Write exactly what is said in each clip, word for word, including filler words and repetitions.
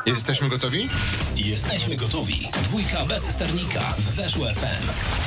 Jesteśmy gotowi? Jesteśmy gotowi. Dwójka bez sternika w Weszło F M.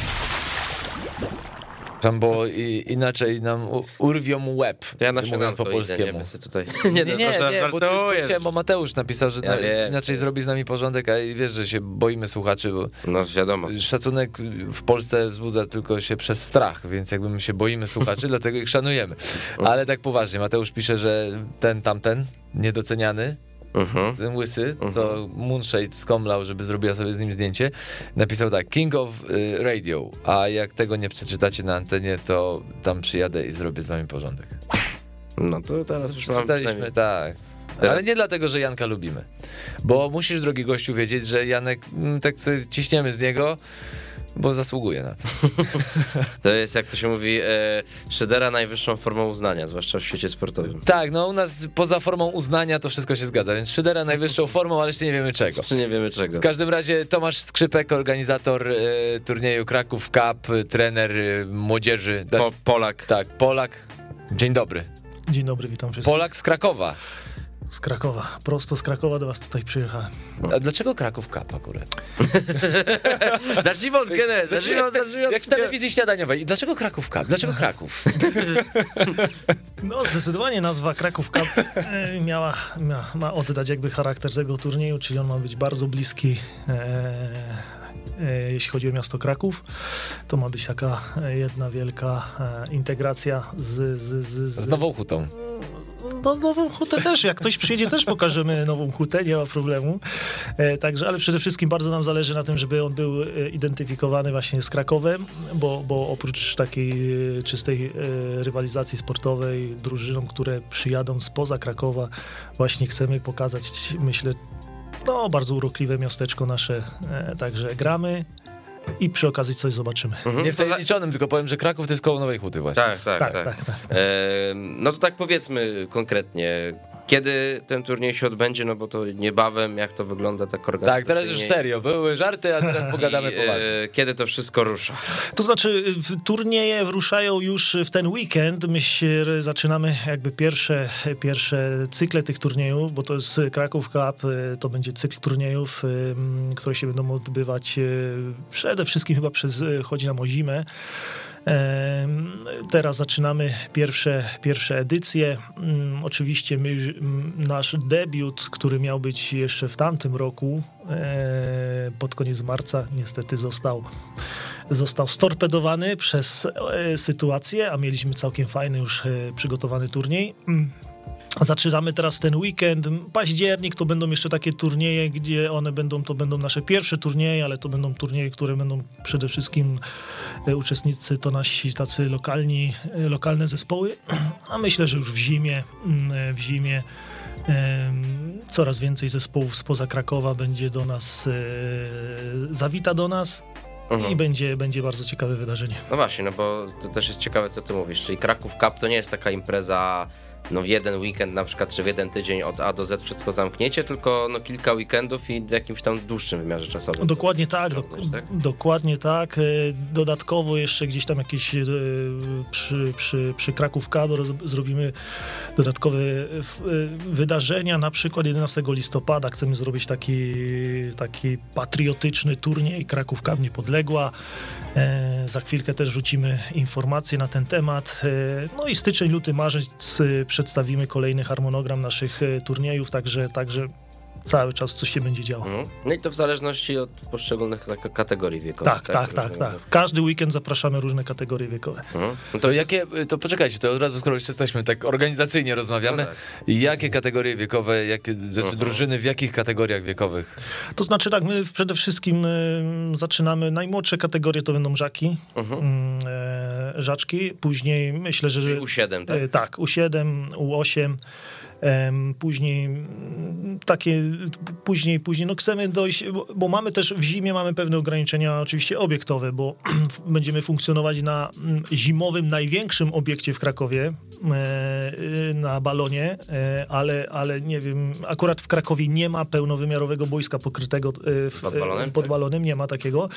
Tam, bo i, inaczej nam u, urwią łeb. Ja na mówiąc po polskiemu. Idę, nie, tutaj... nie, nie, nie, nie, nie bo, to, bo Mateusz napisał, że ja na, wiem, inaczej wiem. zrobi z nami porządek, a wiesz, że się boimy słuchaczy, bo no wiadomo. Szacunek w Polsce wzbudza tylko się przez strach, więc jakby my się boimy słuchaczy, dlatego ich szanujemy. Ale tak poważnie, Mateusz pisze, że ten tamten, niedoceniany, Uh-huh. ten łysy, uh-huh. co Moonshade skomlał, żeby zrobiła sobie z nim zdjęcie, napisał tak: King of y, Radio, a jak tego nie przeczytacie na antenie, to tam przyjadę i zrobię z wami porządek. No to teraz już przeczytaliśmy, tak. Teraz. Ale nie dlatego, że Janka lubimy, bo musisz, drogi gościu, wiedzieć, że Janek, tak sobie ciśniemy z niego, bo zasługuje na to. To jest, jak to się mówi, e, Szydera najwyższą formą uznania, zwłaszcza w świecie sportowym. Tak, no u nas poza formą uznania to wszystko się zgadza, więc Szydera najwyższą formą, ale jeszcze nie wiemy czego. Jeszcze nie wiemy czego. W każdym razie Tomasz Skrzypek, organizator e, turnieju Kraków Cup, trener e, młodzieży. Po, Polak. Tak, Polak. Dzień dobry. Dzień dobry, witam wszystkich. Polak z Krakowa. Z Krakowa, prosto z Krakowa do was tutaj przyjechałem. A dlaczego Kraków Cup akurat? Zacznijmy od genezy. Zacznijmy, zacznijmy od... Jak w telewizji śniadaniowej. I dlaczego Kraków Cup? Dlaczego Kraków? No zdecydowanie nazwa Kraków Cup miała, miała, ma oddać jakby charakter tego turnieju, czyli on ma być bardzo bliski, e, e, jeśli chodzi o miasto Kraków. To ma być taka jedna wielka e, integracja z... Z, z, z, z Nową Hutą. No, nową hutę też, jak ktoś przyjedzie, też pokażemy nową hutę, nie ma problemu. E, także, ale przede wszystkim bardzo nam zależy na tym, żeby on był e, identyfikowany właśnie z Krakowem, bo, bo oprócz takiej e, czystej e, rywalizacji sportowej drużynom, które przyjadą spoza Krakowa, właśnie chcemy pokazać, myślę, no bardzo urokliwe miasteczko nasze, e, także gramy. I przy okazji coś zobaczymy. Mhm. Nie wtajemniczonym, tylko powiem, że Kraków to jest koło Nowej Huty właśnie. Tak, tak, tak. tak. tak, tak, tak. E, no to tak powiedzmy konkretnie, kiedy ten turniej się odbędzie, no bo to niebawem, jak to wygląda tak organizacyjnie. Tak, teraz już serio, były żarty, a teraz pogadamy I, poważnie. E, kiedy to wszystko rusza? To znaczy, turnieje ruszają już w ten weekend. My się zaczynamy jakby pierwsze, pierwsze cykle tych turniejów, bo to jest Kraków Cup, to będzie cykl turniejów, które się będą odbywać przede wszystkim chyba przez, chodzi nam o zimę. Teraz zaczynamy pierwsze, pierwsze edycje. Oczywiście my, nasz debiut, który miał być jeszcze w tamtym roku, pod koniec marca, niestety został, został storpedowany przez sytuację, a mieliśmy całkiem fajny już przygotowany turniej. Zaczynamy teraz w ten weekend. Październik to będą jeszcze takie turnieje, gdzie one będą, to będą nasze pierwsze turnieje, ale to będą turnieje, które będą przede wszystkim uczestnicy to nasi tacy lokalni, lokalne zespoły, a myślę, że już w zimie, w zimie coraz więcej zespołów spoza Krakowa będzie do nas, zawita do nas. Mhm. I będzie, będzie bardzo ciekawe wydarzenie. No właśnie, no bo to też jest ciekawe, co ty mówisz, czyli Kraków Cup to nie jest taka impreza, no w jeden weekend na przykład, czy w jeden tydzień od A do Z wszystko zamkniecie, tylko no kilka weekendów i w jakimś tam dłuższym wymiarze czasowym. Dokładnie tak, do, tak, dokładnie tak. Dodatkowo jeszcze gdzieś tam jakieś przy, przy, przy Kraków Cup zrobimy dodatkowe wydarzenia, na przykład jedenastego listopada chcemy zrobić taki, taki patriotyczny turniej Kraków Cup Niepodległa. Za chwilkę też rzucimy informacje na ten temat. No i styczeń, luty, marzec przedstawimy kolejny harmonogram naszych turniejów, także, także cały czas coś się będzie działo. Mhm. No i to w zależności od poszczególnych kategorii wiekowych. Tak, tak, tak, tak. tak. Każdy weekend zapraszamy różne kategorie wiekowe. Mhm. No to jakie, to poczekajcie, to od razu, skoro już jesteśmy, tak organizacyjnie rozmawiamy, no tak. Jakie kategorie wiekowe, jakie mhm. drużyny w jakich kategoriach wiekowych? To znaczy tak, my przede wszystkim y, zaczynamy, najmłodsze kategorie to będą żaki, mhm. y, żaczki, później myślę, że... Czyli U siedem, tak? Y, tak, U siedem, U osiem. Później takie, później, później, no chcemy dojść, bo, bo mamy też w zimie mamy pewne ograniczenia oczywiście obiektowe, bo będziemy funkcjonować na zimowym największym obiekcie w Krakowie, na balonie, ale, ale nie wiem, akurat w Krakowie nie ma pełnowymiarowego boiska pokrytego w, pod balonem, pod tak? balonem, nie ma takiego.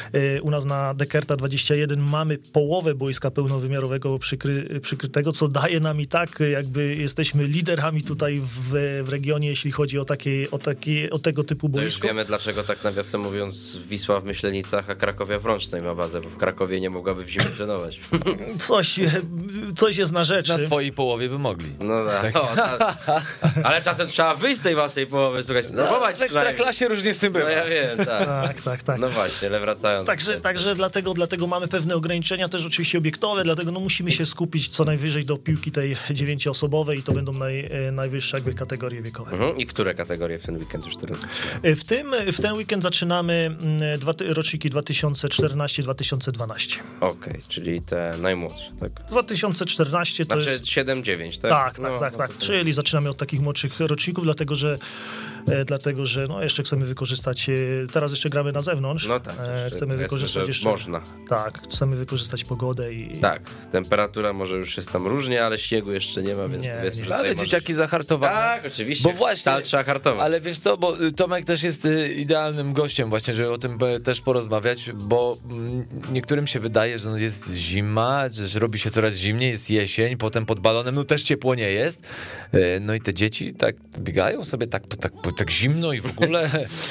U nas na Dekerta dwadzieścia jeden mamy połowę boiska pełnowymiarowego przykry, przykrytego, co daje nam i tak, jakby jesteśmy liderami tutaj w, w regionie, jeśli chodzi o takie, o takie, o tego typu boisko. To już wiemy, dlaczego tak nawiasem mówiąc Wisła w Myślenicach, a Krakowia w Rącznej ma bazę, bo w Krakowie nie mogłaby w zimie trenować. Coś, coś jest na rzeczy. Na swojej połowie by mogli. No tak. O, tak. Ale czasem trzeba wyjść z tej waszej połowy, słuchaj, spróbować. W Ekstraklasie różnie z tym było. No ja wiem, tak. Tak, tak, tak. No właśnie, ale wracając. Także, także dlatego, dlatego mamy pewne ograniczenia, też oczywiście obiektowe, dlatego no musimy się skupić co najwyżej do piłki tej dziewięcioosobowej i to będą naj, najwyższe jakby kategorie wiekowe. Mhm. I które kategorie w ten weekend już teraz? W tym, w ten weekend zaczynamy dwa, roczniki dwa tysiące czternaście dwa tysiące dwanaście. Okej, okay, czyli te najmłodsze, tak? dwa tysiące czternaście to znaczy jest... siedem dziewięć, tak? Tak, tak, no, tak, no tak. to... Czyli zaczynamy od takich młodszych roczników, dlatego że E, dlatego, że no, jeszcze chcemy wykorzystać, e, teraz jeszcze gramy na zewnątrz, no tak, e, chcemy wykorzystać jeszcze, można. Tak, chcemy wykorzystać pogodę i... Tak, temperatura może już jest tam różnie, ale śniegu jeszcze nie ma, więc nie, powiedzmy, nie. że Ale możesz... dzieciaki zahartowane. Tak, oczywiście, bo właśnie, tak, trzeba hartować. Ale wiesz co, bo Tomek też jest idealnym gościem właśnie, żeby o tym też porozmawiać, bo niektórym się wydaje, że no jest zima, że robi się coraz zimniej, jest jesień, potem pod balonem, no też ciepło nie jest, no i te dzieci tak biegają sobie tak, tak, tak zimno i w ogóle,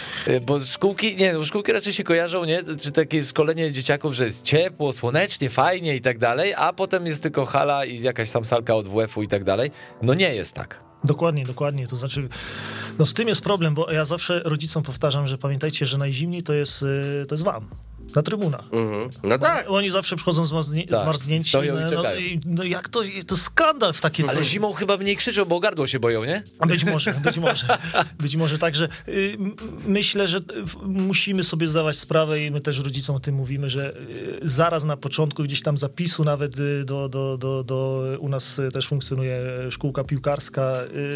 bo szkółki, nie, no szkółki raczej się kojarzą, nie, czy takie szkolenie dzieciaków, że jest ciepło, słonecznie, fajnie i tak dalej, a potem jest tylko hala i jakaś tam salka od W F-u i tak dalej, no nie jest tak. Dokładnie, dokładnie, to znaczy, no z tym jest problem, bo ja zawsze rodzicom powtarzam, że pamiętajcie, że najzimniej to jest, to jest wam. Na trybunach. Mhm. No tak. Oni zawsze przychodzą zmarznie, tak, zmarznięci. stoją i no, czekają. i, no jak to, to skandal w takie Ale coś. zimą chyba mniej krzyczą, bo o gardło się boją, nie? Być może, być może. Być może także y, myślę, że musimy sobie zdawać sprawę i my też rodzicom o tym mówimy, że y, zaraz na początku gdzieś tam zapisu nawet y, do, do, do, do u nas też funkcjonuje szkółka piłkarska,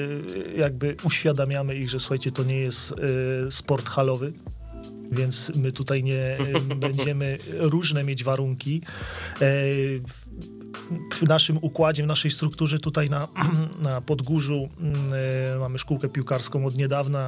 y, jakby uświadamiamy ich, że słuchajcie, to nie jest y, sport halowy. Więc my tutaj nie będziemy różne mieć warunki. W naszym układzie, w naszej strukturze tutaj na, na Podgórzu mamy szkółkę piłkarską od niedawna,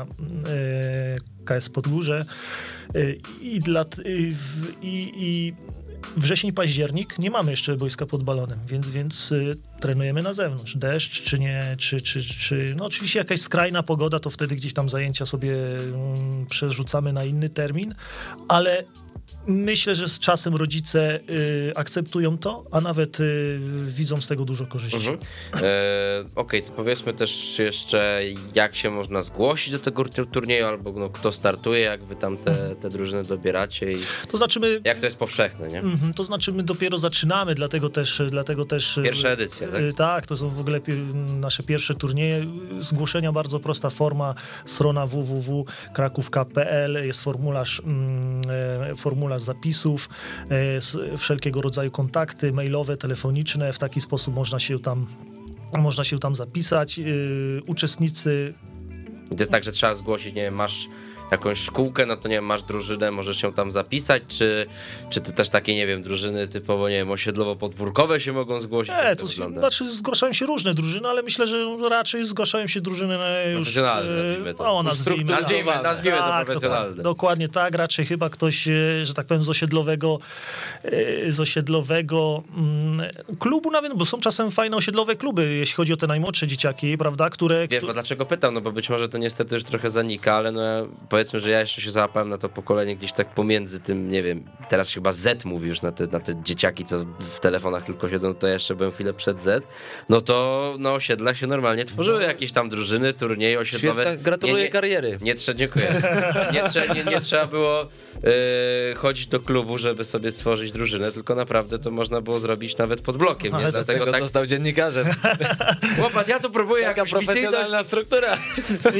K S Podgórze i, dla, i, i wrzesień, październik nie mamy jeszcze boiska pod balonem, więc, więc y, trenujemy na zewnątrz. Deszcz czy nie, czy, czy, czy no oczywiście jakaś skrajna pogoda, to wtedy gdzieś tam zajęcia sobie y, przerzucamy na inny termin, ale myślę, że z czasem rodzice y, akceptują to, a nawet y, widzą z tego dużo korzyści. Mhm. E, Okej, okay, to powiedzmy też jeszcze, jak się można zgłosić do tego turnieju, albo no, kto startuje, jak wy tam te, te drużyny dobieracie i to znaczy my, jak to jest powszechne, nie? Mm, to znaczy my dopiero zaczynamy, dlatego też... Dlatego też Pierwsza edycja, tak? Y, tak, to są w ogóle pi- nasze pierwsze turnieje. Zgłoszenia bardzo prosta forma, strona w w w kropka krakówka kropka p l, jest formularz, mm, formularz zapisów, e, wszelkiego rodzaju kontakty mailowe, telefoniczne, w taki sposób można się tam, można się tam zapisać. E, uczestnicy... I to jest tak, że trzeba zgłosić, nie wiem, masz jakąś szkółkę, no to nie wiem, masz drużynę, możesz się tam zapisać, czy, czy to też takie, nie wiem, drużyny typowo, nie wiem, osiedlowo-podwórkowe się mogą zgłosić? Nie, to się, znaczy zgłaszają się różne drużyny, ale myślę, że raczej zgłaszają się drużyny już... Profesjonalne, nazwijmy to. O, nazwijmy, nazwijmy, nazwijmy tak, to profesjonalne. Dokładnie, dokładnie tak, raczej chyba ktoś, że tak powiem, z osiedlowego, z osiedlowego klubu nawet, bo są czasem fajne osiedlowe kluby, jeśli chodzi o te najmłodsze dzieciaki, prawda, które... Wiesz, bo dlaczego pytam, no bo być może to niestety już trochę zanika, ale no powiedzmy, że ja jeszcze się załapałem na to pokolenie gdzieś tak pomiędzy tym, nie wiem, teraz chyba Z mówi już na te, na te dzieciaki, co w telefonach tylko siedzą, to ja jeszcze byłem chwilę przed Z, no to na osiedlach się normalnie tworzyły jakieś tam drużyny, turnieje osiedlowe. Świetna, gratuluję nie, nie, kariery. Nie, trzeba, dziękuję. Nie, trzeba, nie, nie trzeba było yy, chodzić do klubu, żeby sobie stworzyć drużynę, tylko naprawdę to można było zrobić nawet pod blokiem. Nie? Ale Dlatego tego tak... został dziennikarzem. Chłopak, ja tu próbuję Taka jakąś profesjonalna misyjność... struktura. Nie,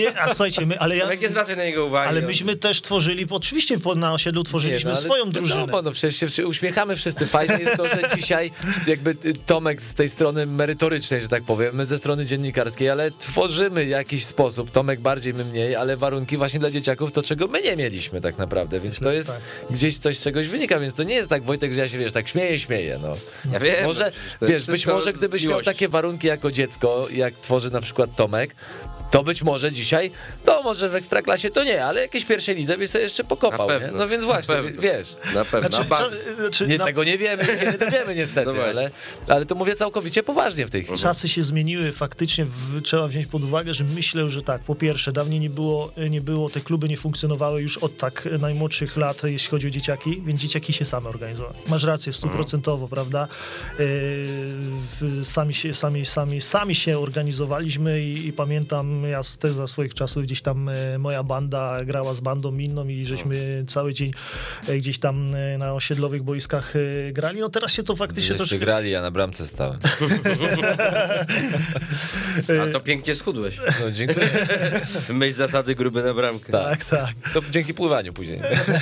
nie, a słuchajcie, my, ale ja... Jak nie zwracaj na niego uwagi. Ale no. myśmy też tworzyli, oczywiście na osiedlu tworzyliśmy nie, no, swoją drużynę. No, no przecież się uśmiechamy wszyscy. Fajnie jest to, że dzisiaj jakby Tomek z tej strony merytorycznej, że tak powiem, my ze strony dziennikarskiej, ale tworzymy jakiś sposób, Tomek bardziej, my mniej, ale warunki właśnie dla dzieciaków to, czego my nie mieliśmy tak naprawdę, więc to jest tak. Gdzieś coś z czegoś wynika, więc to nie jest tak, Wojtek, że ja się, wiesz, tak śmieję, śmieję, no. Ja wiem. Może, no, wiesz, być może gdybyś miał takie warunki jako dziecko, jak tworzy na przykład Tomek, to być może dzisiaj, to może w Ekstraklasie to nie, ale jakieś pierwsze lidze byś sobie jeszcze pokopał, nie? No więc właśnie, wiesz. Na pewno. Znaczy, na cza, znaczy, nie, na... Tego nie wiemy, nie dowiemy niestety, no ale, ale to mówię całkowicie poważnie w tej chwili. Czasy się zmieniły, faktycznie w, trzeba wziąć pod uwagę, że myślę, że tak, po pierwsze, dawniej nie było, nie było, te kluby nie funkcjonowały już od tak najmłodszych lat, jeśli chodzi o dzieciaki, więc dzieciaki się same organizowały. Masz rację, stuprocentowo, mhm. prawda? Yy, sami, się, sami, sami, sami się organizowaliśmy i, i pamiętam, ja też za swoich czasów gdzieś tam moja banda grała z bandą inną i żeśmy cały dzień gdzieś tam na osiedlowych boiskach grali. No teraz się to faktycznie Jeszcze troszkę... grali, ja na bramce stałem. A to pięknie schudłeś. No dziękuję. Myśl zasady gruby na bramkę. Tak, tak. To dzięki pływaniu później.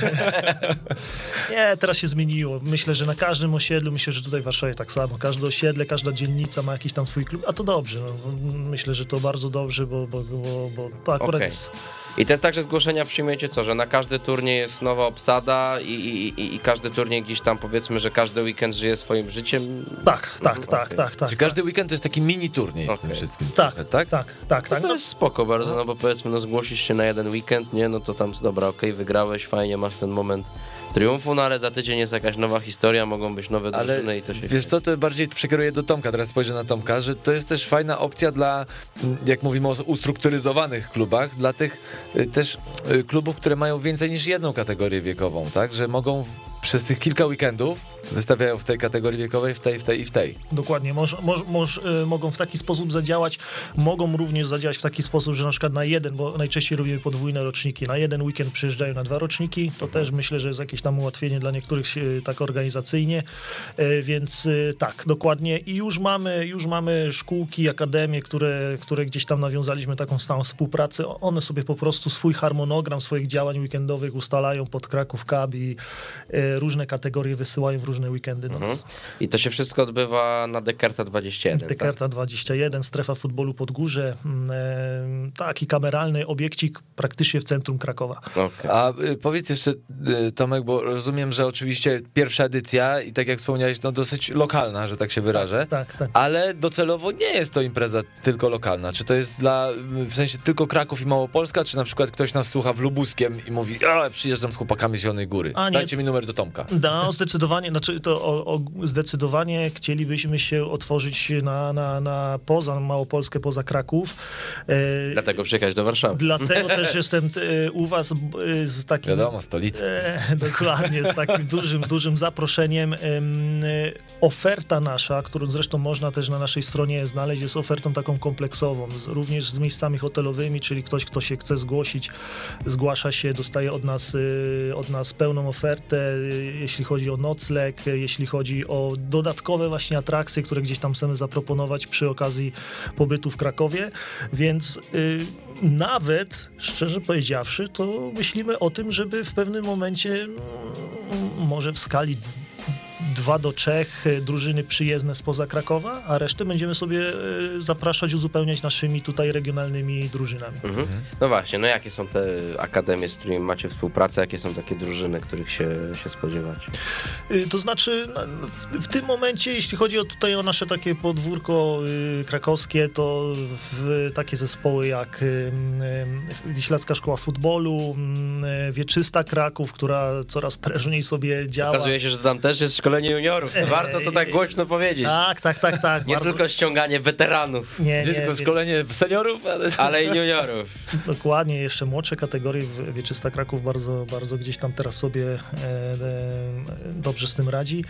Nie, teraz się zmieniło. Myślę, że na każdym osiedlu, myślę, że tutaj w Warszawie tak samo. Każde osiedle, każda dzielnica ma jakiś tam swój klub, a to dobrze. No, myślę, że to bardzo dobrze, bo, bo, bo, bo to akurat okay. jest... I to jest tak, że zgłoszenia przyjmujecie co, że na każdy turniej jest nowa obsada i, i, i każdy turniej gdzieś tam, powiedzmy, że każdy weekend żyje swoim życiem? Tak, tak, mhm. tak, okay. tak, tak. Czyli każdy weekend to jest taki mini turniej okay. w tym wszystkim. Tak, trochę, tak, tak, tak, tak. No to jest spoko bardzo, no bo powiedzmy, no zgłosisz się na jeden weekend, nie, no to tam dobra, okej, okay, wygrałeś, fajnie, masz ten moment triumfu, no ale za tydzień jest jakaś nowa historia, mogą być nowe drużyny ale i to się... Wiesz co, to bardziej przekieruję do Tomka, teraz spojrzę na Tomka, że to jest też fajna opcja dla, jak mówimy o ustrukturyzowanych klubach, dla tych też klubów, które mają więcej niż jedną kategorię wiekową, tak, że mogą w, przez tych kilka weekendów wystawiają w tej kategorii wiekowej, w tej, w tej i w tej. Dokładnie. Moż, moż, moż, y, mogą w taki sposób zadziałać, mogą również zadziałać w taki sposób, że na przykład na jeden, bo najczęściej robimy podwójne roczniki, na jeden weekend przyjeżdżają na dwa roczniki, to też myślę, że jest jakieś tam ułatwienie dla niektórych y, tak organizacyjnie, y, więc y, tak, dokładnie. I już mamy, już mamy szkółki, akademie, które, które gdzieś tam nawiązaliśmy taką stałą współpracę. One sobie po prostu swój harmonogram swoich działań weekendowych ustalają pod Kraków Cup i y, różne kategorie wysyłają w różne weekendy do nas. Mhm. I to się wszystko odbywa na Dekerta dwadzieścia jeden. Dekerta tak? dwadzieścia jeden, strefa futbolu Podgórze, taki kameralny obiekcik praktycznie w centrum Krakowa. Okay. A y, powiedz jeszcze, y, Tomek, bo rozumiem, że oczywiście pierwsza edycja i tak jak wspomniałeś, no dosyć lokalna, że tak się wyrażę, tak, tak, tak. ale docelowo nie jest to impreza tylko lokalna. Czy to jest dla, w sensie tylko Kraków i Małopolska, czy na przykład ktoś nas słucha w Lubuskiem i mówi, ale przyjeżdżam z chłopakami z Zielonej Góry, A, dajcie mi numer do Tomka. No, zdecydowanie, znaczy to o, o, zdecydowanie chcielibyśmy się otworzyć na, na, na poza Małopolskę, poza Kraków. E, dlatego przyjechać do Warszawy. Dlatego też jestem e, u was e, z takim... Wiadomo, stolicy. E, dokładnie, z takim dużym, dużym zaproszeniem. E, oferta nasza, którą zresztą można też na naszej stronie znaleźć, jest ofertą taką kompleksową, z, również z miejscami hotelowymi, czyli ktoś, kto się chce zgłosić, zgłasza się, dostaje od nas, e, od nas pełną ofertę, e, jeśli chodzi o nocleg, jeśli chodzi o dodatkowe właśnie atrakcje, które gdzieś tam chcemy zaproponować przy okazji pobytu w Krakowie, więc y, nawet, szczerze powiedziawszy, to myślimy o tym, żeby w pewnym momencie m, może w skali dwa do trzech drużyny przyjezdne spoza Krakowa, a resztę będziemy sobie zapraszać, uzupełniać naszymi tutaj regionalnymi drużynami. Mhm. No właśnie, no jakie są te akademie, z którymi macie współpracę, jakie są takie drużyny, których się, się spodziewać? To znaczy, w, w tym momencie, jeśli chodzi o tutaj o nasze takie podwórko krakowskie, to w takie zespoły jak Wiślacka Szkoła Futbolu, Wieczysta Kraków, która coraz prężniej sobie działa. Okazuje się, że tam też jest szkolenie juniorów. Warto to tak głośno powiedzieć. Tak, tak, tak, tak. Nie bardzo... tylko ściąganie weteranów. Nie, nie, nie tylko nie. szkolenie seniorów, ale... ale i juniorów. Dokładnie, jeszcze młodsze kategorie. Wieczysta Kraków bardzo, bardzo gdzieś tam teraz sobie e, e, dobrze z tym radzi.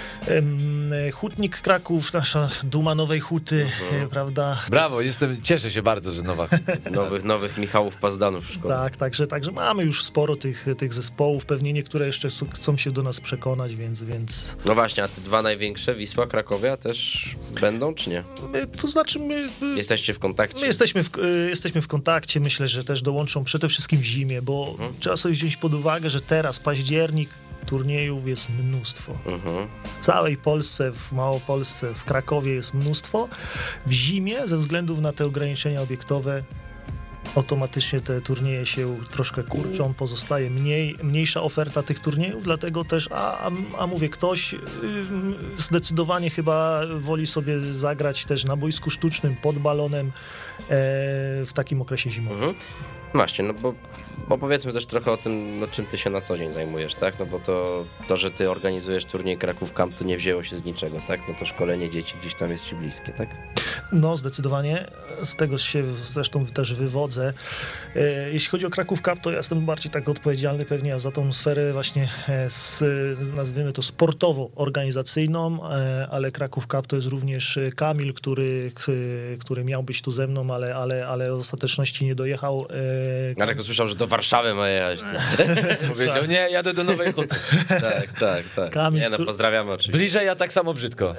E, Hutnik Kraków, nasza duma Nowej Huty, mhm. prawda? Brawo, jestem, cieszę się bardzo, że nowa Huta. Nowych, nowych Michałów Pazdanów w szkole. Tak, także, także mamy już sporo tych, tych zespołów, pewnie niektóre jeszcze chcą się do nas przekonać, więc, więc No właśnie, a te dwa największe, Wisła, Krakowia też będą, czy nie? My, to znaczy my... Jesteście w kontakcie? My jesteśmy w, jesteśmy w kontakcie, myślę, że też dołączą przede wszystkim w zimie, bo mhm. trzeba sobie wziąć pod uwagę, że teraz październik, turniejów jest mnóstwo. Mhm. W całej Polsce, w Małopolsce, w Krakowie jest mnóstwo. W zimie, ze względu na te ograniczenia obiektowe, automatycznie te turnieje się troszkę kurczą, pozostaje mniej, mniejsza oferta tych turniejów, dlatego też, a, a, a mówię, ktoś yy, zdecydowanie chyba woli sobie zagrać też na boisku sztucznym, pod balonem e, w takim okresie zimowym. Mhm. Właśnie, no bo Bo powiedzmy też trochę o tym, no, czym ty się na co dzień zajmujesz, tak? No bo to, to, że ty organizujesz turniej Kraków Camp, to nie wzięło się z niczego, tak? No to szkolenie dzieci gdzieś tam jest ci bliskie, tak? No, zdecydowanie. Z tego się zresztą też wywodzę. Jeśli chodzi o Kraków Cup, to ja jestem bardziej tak odpowiedzialny pewnie za tą sferę właśnie, z, nazwijmy to sportowo-organizacyjną, ale Kraków Cup to jest również Kamil, który, który miał być tu ze mną, ale, ale, ale w ostateczności nie dojechał. Marek usłyszał, że do Warszawy ma jechać. Powiedział, tak. Nie, jadę do Nowej Huty. tak, tak, tak. Kamil, nie, no pozdrawiamy oczywiście. Bliżej, ja tak samo brzydko.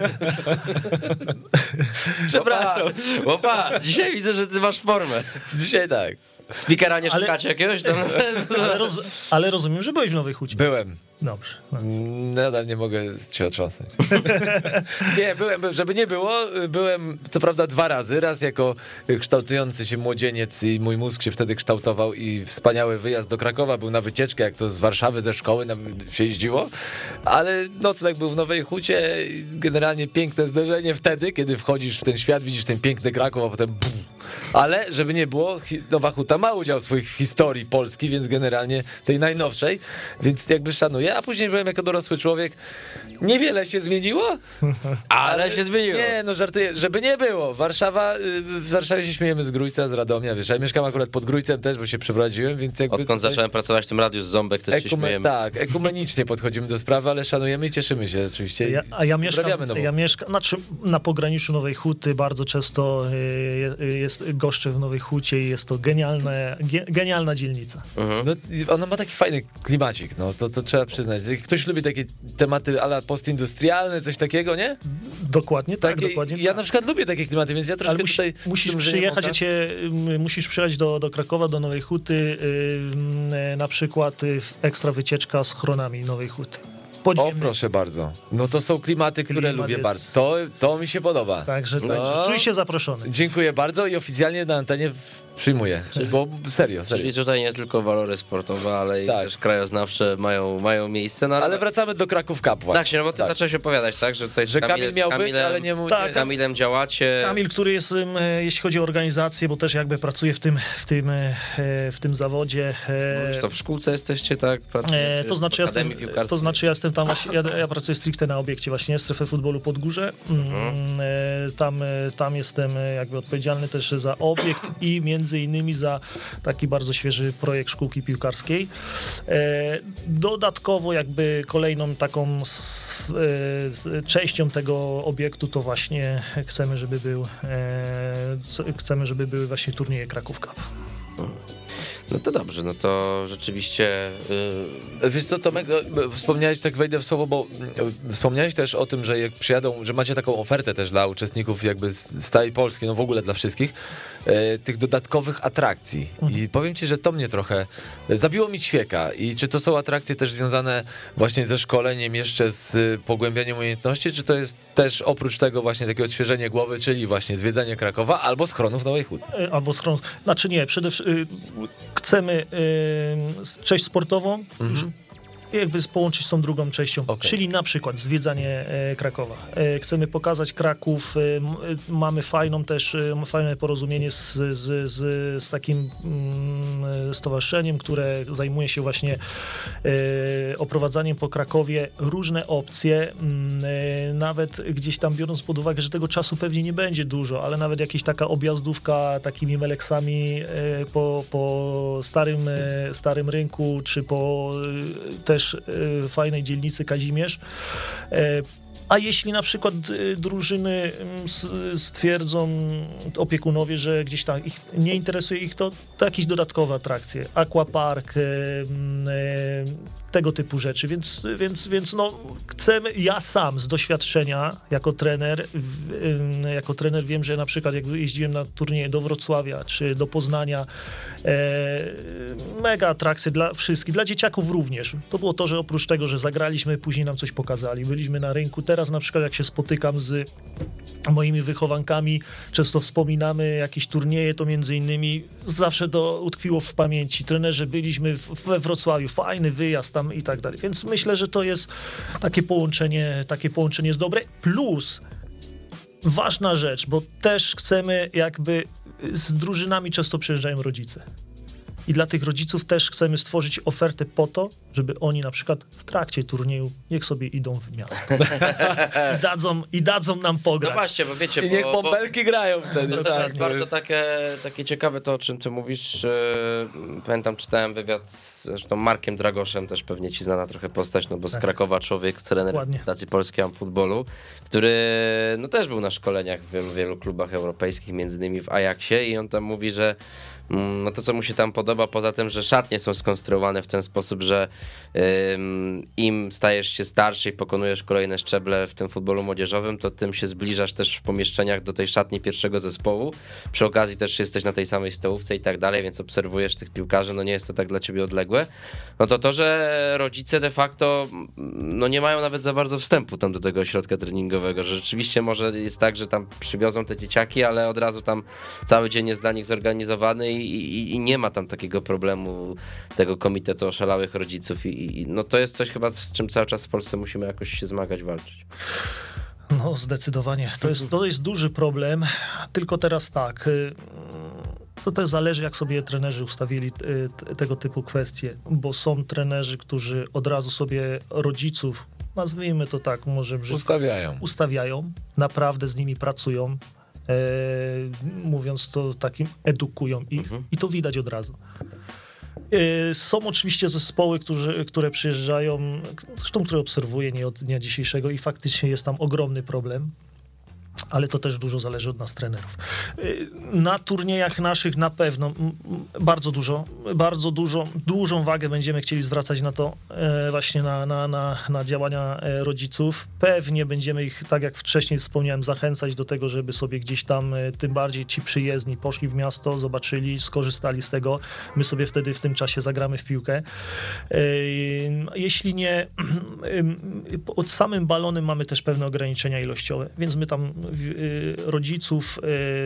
Przepraszam. Łopa, dzisiaj widzę, że ty masz formę. Dzisiaj tak. Speakera nie szukacie ale, jakiegoś tam? Ale, roz, ale rozumiem, że byłeś w Nowej Hucie. Byłem. Dobrze. No. Nadal nie mogę się otrząsnąć. Nie, byłem, żeby nie było, byłem co prawda dwa razy. Raz jako kształtujący się młodzieniec i mój mózg się wtedy kształtował i wspaniały wyjazd do Krakowa był na wycieczkę, jak to z Warszawy, ze szkoły nam się jeździło. Ale nocleg był w Nowej Hucie. Generalnie piękne zderzenie wtedy, kiedy wchodzisz w ten świat, widzisz ten piękny Kraków, a potem bum. Ale żeby nie było, Nowa Huta ma udział swoich w historii Polski, więc generalnie tej najnowszej, więc jakby szanuję, a później byłem jako dorosły człowiek. Niewiele się zmieniło, ale, ale się zmieniło. Nie, no żartuję, żeby nie było. Warszawa, w Warszawie się śmiejemy z Grójca, z Radomia, wiesz, ja mieszkam akurat pod Grójcem też, bo się przeprowadziłem, więc jakby... Odkąd tutaj... zacząłem pracować w tym radiu z Ząbek, też Ekume... się śmiejemy. Tak, ekumenicznie podchodzimy do sprawy, ale szanujemy i cieszymy się oczywiście. Ja, a ja mieszkam, ja mieszkam znaczy na pograniczu Nowej Huty, bardzo często jest goszczę w Nowej Hucie i jest to genialne, ge, genialna dzielnica. Mhm. No, ona ma taki fajny klimacik, no to, to trzeba przyznać. Ktoś lubi takie tematy ala postindustrialne, coś takiego, nie? Dokładnie tak, takie, dokładnie Ja tak. na przykład lubię takie klimaty, więc ja troszkę Ale musi, tutaj... Musisz przyjechać, ja cię, musisz przyjechać do, do Krakowa, do Nowej Huty, yy, na przykład yy, ekstra wycieczka z chronami Nowej Huty. Podziemny. O, proszę bardzo. No to są klimaty, które Klimat lubię jest... bardzo. To, to mi się podoba. Także, no. także czuj się zaproszony. Dziękuję bardzo i oficjalnie na antenie przyjmuję, bo serio, serio. Czyli tutaj nie tylko walory sportowe, ale tak. i też krajoznawcze mają, mają miejsce. No, ale... ale wracamy do Kraków Cup właśnie. Tak, się, no bo ty tak. zacząłeś opowiadać, tak? Że tutaj że Kamil miał Kamilem, być, ale nie mógł. Tak, z Kamilem działacie. Kamil, który jest, jeśli chodzi o organizację, bo też jakby pracuje w tym, w tym, w tym zawodzie. Mówisz, to w szkółce jesteście, tak? E, to, znaczy ja jestem, to znaczy ja jestem tam właśnie, ja, ja pracuję stricte na obiekcie właśnie, strefę futbolu Podgórze. Mhm. E, tam, tam jestem jakby odpowiedzialny też za obiekt i między innymi za taki bardzo świeży projekt szkółki piłkarskiej. Dodatkowo jakby kolejną taką częścią tego obiektu to właśnie chcemy, żeby był chcemy, żeby były właśnie turnieje Kraków Cup. No to dobrze, no to rzeczywiście... Yy... Wiesz co, Tomek, wspomniałeś, tak wejdę w słowo, bo wspomniałeś też o tym, że jak przyjadą, że macie taką ofertę też dla uczestników jakby z całej Polski, no w ogóle dla wszystkich, yy, tych dodatkowych atrakcji. Mhm. I powiem ci, że to mnie trochę zabiło mi ćwieka. I czy to są atrakcje też związane właśnie ze szkoleniem, jeszcze z pogłębianiem umiejętności, czy to jest też oprócz tego właśnie takie odświeżenie głowy, czyli właśnie zwiedzanie Krakowa albo schronów Nowej Huty? Albo schronów, znaczy nie, przede wszystkim chcemy y, część sportową, mm-hmm. jakby połączyć z tą drugą częścią, okay. czyli na przykład zwiedzanie e, Krakowa. E, chcemy pokazać Kraków, e, m, mamy fajną też, e, fajne porozumienie z, z, z, z takim mm, stowarzyszeniem, które zajmuje się właśnie e, oprowadzaniem po Krakowie, różne opcje, m, e, nawet gdzieś tam biorąc pod uwagę, że tego czasu pewnie nie będzie dużo, ale nawet jakaś taka objazdówka takimi meleksami e, po, po starym, e, starym rynku, czy po e, też fajnej dzielnicy Kazimierz. A jeśli na przykład drużyny stwierdzą opiekunowie, że gdzieś tam ich nie interesuje ich to, to jakieś dodatkowe atrakcje, aquapark, tego typu rzeczy, więc, więc, więc no chcemy, ja sam z doświadczenia jako trener, jako trener wiem, że na przykład jak jeździłem na turnieje do Wrocławia czy do Poznania, mega atrakcje dla wszystkich, dla dzieciaków również. To było to, że oprócz tego, że zagraliśmy, później nam coś pokazali, byliśmy na rynku. Teraz na przykład jak się spotykam z moimi wychowankami, często wspominamy jakieś turnieje, to między innymi zawsze to utkwiło w pamięci. Trenerzy, byliśmy we Wrocławiu, fajny wyjazd tam i tak dalej. Więc myślę, że to jest takie połączenie, takie połączenie jest dobre. Plus ważna rzecz, bo też chcemy jakby z drużynami często przyjeżdżają rodzice. I dla tych rodziców też chcemy stworzyć ofertę po to, żeby oni na przykład w trakcie turnieju niech sobie idą w miasto. I, dadzą, I dadzą nam pograć. No właśnie, bo wiecie... I niech bo, bąbelki bo, grają wtedy. To też tak, jest bardzo takie, takie ciekawe to, o czym ty mówisz. Pamiętam, czytałem wywiad z zresztą Markiem Dragoszem, też pewnie ci znana trochę postać, no bo z tak. Krakowa człowiek, trener reprezentacji Polskiej Amfutbolu, który no też był na szkoleniach w wielu, wielu klubach europejskich, między innymi w Ajaxie, i on tam mówi, że no to, co mu się tam podoba, poza tym, że szatnie są skonstruowane w ten sposób, że ym, im stajesz się starszy i pokonujesz kolejne szczeble w tym futbolu młodzieżowym, to tym się zbliżasz też w pomieszczeniach do tej szatni pierwszego zespołu. Przy okazji też jesteś na tej samej stołówce i tak dalej, więc obserwujesz tych piłkarzy, no nie jest to tak dla ciebie odległe. No to to, że rodzice de facto no nie mają nawet za bardzo wstępu tam do tego ośrodka treningowego, że rzeczywiście może jest tak, że tam przywiozą te dzieciaki, ale od razu tam cały dzień jest dla nich zorganizowany I, i, i nie ma tam takiego problemu tego komitetu oszalałych rodziców i, i no to jest coś chyba, z czym cały czas w Polsce musimy jakoś się zmagać, walczyć. No zdecydowanie. To jest, to jest duży problem, tylko teraz tak, to też zależy, jak sobie trenerzy ustawili tego typu kwestie, bo są trenerzy, którzy od razu sobie rodziców, nazwijmy to tak, może brzydko, ustawiają. ustawiają, naprawdę z nimi pracują, E, mówiąc to takim, edukują ich mhm. i to widać od razu. E, są oczywiście zespoły, którzy, które przyjeżdżają, zresztą które obserwuję nie od dnia dzisiejszego i faktycznie jest tam ogromny problem, ale to też dużo zależy od nas, trenerów. Na turniejach naszych na pewno bardzo dużo, bardzo dużo, dużą wagę będziemy chcieli zwracać na to, właśnie na, na, na, na działania rodziców. Pewnie będziemy ich, tak jak wcześniej wspomniałem, zachęcać do tego, żeby sobie gdzieś tam, tym bardziej ci przyjezdni, poszli w miasto, zobaczyli, skorzystali z tego. My sobie wtedy w tym czasie zagramy w piłkę. Jeśli nie, pod samym balonem mamy też pewne ograniczenia ilościowe, więc my tam rodziców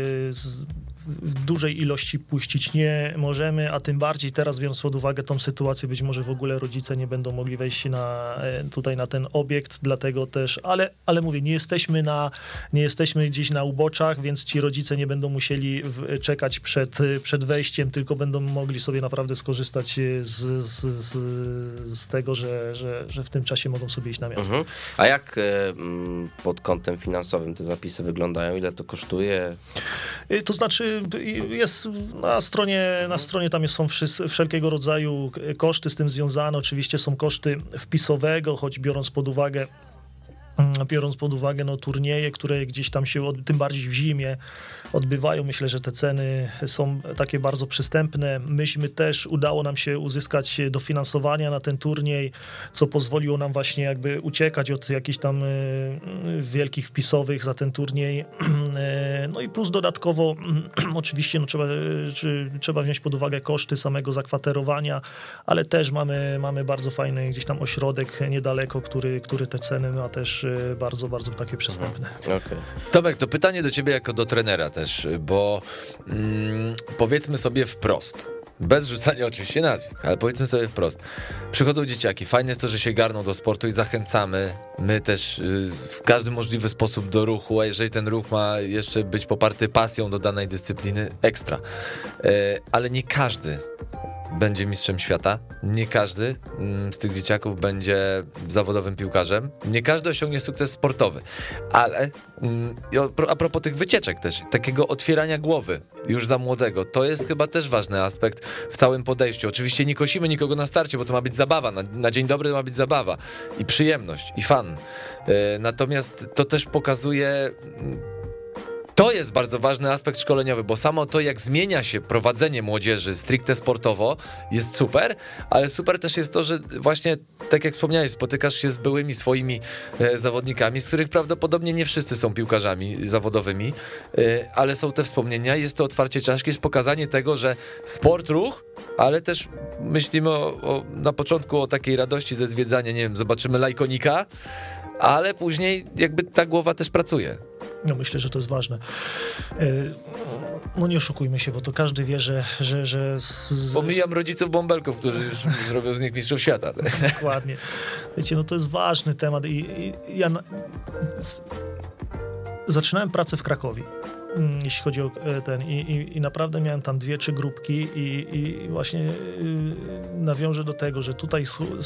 w dużej ilości puścić nie możemy, a tym bardziej teraz, biorąc pod uwagę tą sytuację, być może w ogóle rodzice nie będą mogli wejść na, tutaj na ten obiekt, dlatego też, ale, ale mówię, nie jesteśmy, na, nie jesteśmy gdzieś na uboczach, więc ci rodzice nie będą musieli w, czekać przed, przed wejściem, tylko będą mogli sobie naprawdę skorzystać z, z, z, z tego, że, że, że w tym czasie mogą sobie iść na miasto. Mhm. A jak pod kątem finansowym te zapisy wyglądają? Ile to kosztuje? To znaczy jest na stronie, na stronie tam są wszelkiego rodzaju koszty z tym związane. Oczywiście są koszty wpisowego, choć biorąc pod uwagę biorąc pod uwagę no, turnieje, które gdzieś tam się, od, tym bardziej w zimie odbywają. Myślę, że te ceny są takie bardzo przystępne. Myśmy też, udało nam się uzyskać dofinansowania na ten turniej, co pozwoliło nam właśnie jakby uciekać od jakichś tam y, wielkich wpisowych za ten turniej. No i plus dodatkowo oczywiście no, trzeba, czy, trzeba wziąć pod uwagę koszty samego zakwaterowania, ale też mamy, mamy bardzo fajny gdzieś tam ośrodek niedaleko, który, który te ceny ma też bardzo, bardzo takie przystępne. Okay. Tomek, to pytanie do ciebie jako do trenera też, bo mm, powiedzmy sobie wprost, bez rzucania oczywiście nazwisk, ale powiedzmy sobie wprost, przychodzą dzieciaki, fajne jest to, że się garną do sportu i zachęcamy, my też y, w każdy możliwy sposób do ruchu, a jeżeli ten ruch ma jeszcze być poparty pasją do danej dyscypliny, ekstra, y, ale nie każdy będzie mistrzem świata, nie każdy z tych dzieciaków będzie zawodowym piłkarzem, nie każdy osiągnie sukces sportowy, ale a propos tych wycieczek też, takiego otwierania głowy już za młodego, to jest chyba też ważny aspekt w całym podejściu. Oczywiście nie kosimy nikogo na starcie, bo to ma być zabawa, na, na dzień dobry to ma być zabawa i przyjemność, i fan. Natomiast to też pokazuje... To jest bardzo ważny aspekt szkoleniowy, bo samo to, jak zmienia się prowadzenie młodzieży stricte sportowo, jest super, ale super też jest to, że właśnie, tak jak wspomniałeś, spotykasz się z byłymi swoimi e, zawodnikami, z których prawdopodobnie nie wszyscy są piłkarzami zawodowymi, e, ale są te wspomnienia, jest to otwarcie czaszki, jest pokazanie tego, że sport, ruch, ale też myślimy o, o, na początku o takiej radości ze zwiedzania, nie wiem, zobaczymy Lajkonika, ale później jakby ta głowa też pracuje. No myślę, że to jest ważne. No nie oszukujmy się, bo to każdy wie, że... że, że z... Pomijam rodziców bąbelków, którzy już zrobią z nich mistrzów świata. Dokładnie. Wiecie, no to jest ważny temat i, i ja na... zaczynałem pracę w Krakowie, jeśli chodzi o ten i, i, i naprawdę miałem tam dwie, trzy grupki i, i właśnie nawiążę do tego, że tutaj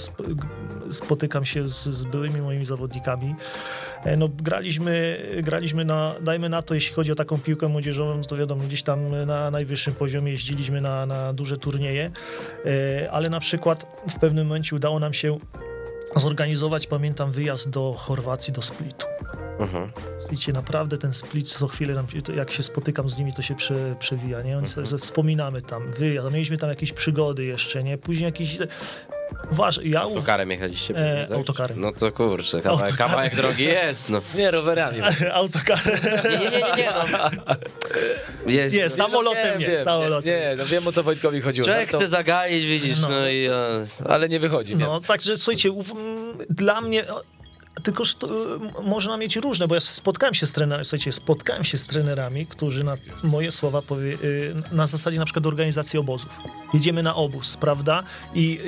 spotykam się z, z byłymi moimi zawodnikami. No graliśmy, graliśmy na, dajmy na to, jeśli chodzi o taką piłkę młodzieżową, to wiadomo, gdzieś tam na najwyższym poziomie jeździliśmy na, na duże turnieje, ale na przykład w pewnym momencie udało nam się zorganizować, pamiętam, wyjazd do Chorwacji, do Splitu. Uh-huh. Widzicie, naprawdę ten Split co chwilę, nam, jak się spotykam z nimi, to się prze, przewija, nie? Oni uh-huh. sobie wspominamy tam, wyjazd, mieliśmy tam jakieś przygody jeszcze, nie? Później jakieś... Waż, ja autokarem jechaliście? E, tak? Autokarem. No to kurczę, kawałek, autokarem. kawałek drogi jest, no. Nie, rowerami. Autokarem. Nie, nie, nie, nie, nie no. Nie, nie, samolotem nie, wiem, samolotem. Nie, nie, no wiem, o co Wojtkowi chodziło. Człowiek no to... chce zagaić, widzisz, no, no i... Ale nie wychodzi. No, także słuchajcie, ów, dla mnie... Tylko, że to y, można mieć różne, bo ja spotkałem się z trenerami, słuchajcie, spotkałem się z trenerami, którzy na moje słowa powie, y, na zasadzie na przykład organizacji obozów. Jedziemy na obóz, prawda? I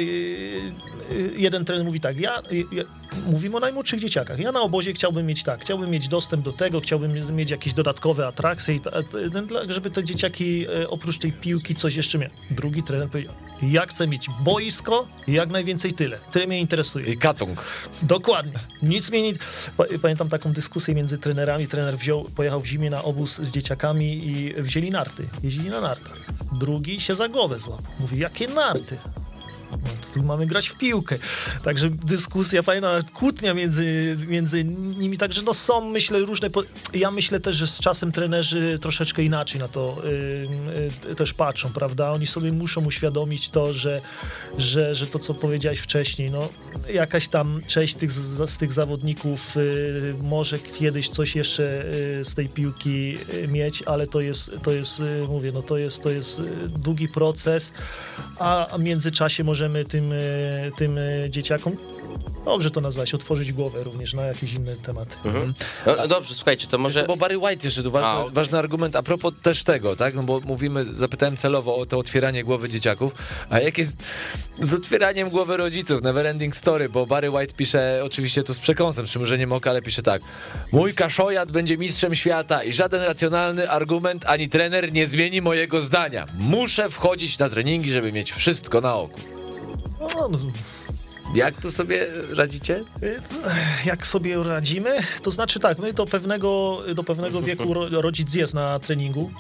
y, y, jeden trener mówi tak, ja, y, y, mówimy o najmłodszych dzieciakach, ja na obozie chciałbym mieć tak, chciałbym mieć dostęp do tego, chciałbym mieć jakieś dodatkowe atrakcje, i ta, żeby te dzieciaki y, oprócz tej piłki coś jeszcze miały. Drugi trener powiedział, ja chcę mieć boisko i jak najwięcej tyle. Tyle mnie interesuje. I katung. Dokładnie. Nic mnie nie... Pamiętam taką dyskusję między trenerami. Trener wziął, pojechał w zimie na obóz z dzieciakami i wzięli narty. Jeździli na nartach. Drugi się za głowę złapał. Mówi, jakie narty? No, tu mamy grać w piłkę. Także dyskusja, fajna kłótnia między, między nimi. Także no są, myślę, różne... Po... Ja myślę też, że z czasem trenerzy troszeczkę inaczej na to yy, yy, też patrzą, prawda? Oni sobie muszą uświadomić to, że, że, że to, co powiedziałeś wcześniej, no jakaś tam część tych, z, z tych zawodników yy, może kiedyś coś jeszcze yy, z tej piłki yy, mieć, ale to jest, to jest yy, mówię, no to jest, to jest yy, długi proces, a, a w międzyczasie możemy tym, tym dzieciakom, dobrze to nazwać, otworzyć głowę również na jakieś inne tematy. Mhm. No, no dobrze, słuchajcie, to może... Bo Barry White jeszcze tu ważny, a, okay. ważny argument a propos też tego, tak, no bo mówimy, zapytałem celowo o to otwieranie głowy dzieciaków, a jak jest z otwieraniem głowy rodziców, never ending story, bo Barry White pisze, oczywiście tu z przekąsem, z przymrużeniem oka, ale pisze tak, mój kaszojat będzie mistrzem świata i żaden racjonalny argument ani trener nie zmieni mojego zdania. Muszę wchodzić na treningi, żeby mieć wszystko na oku. No, no. Jak tu sobie radzicie? Jak sobie radzimy? To znaczy tak, my do pewnego, do pewnego wieku rodzic jest na treningu.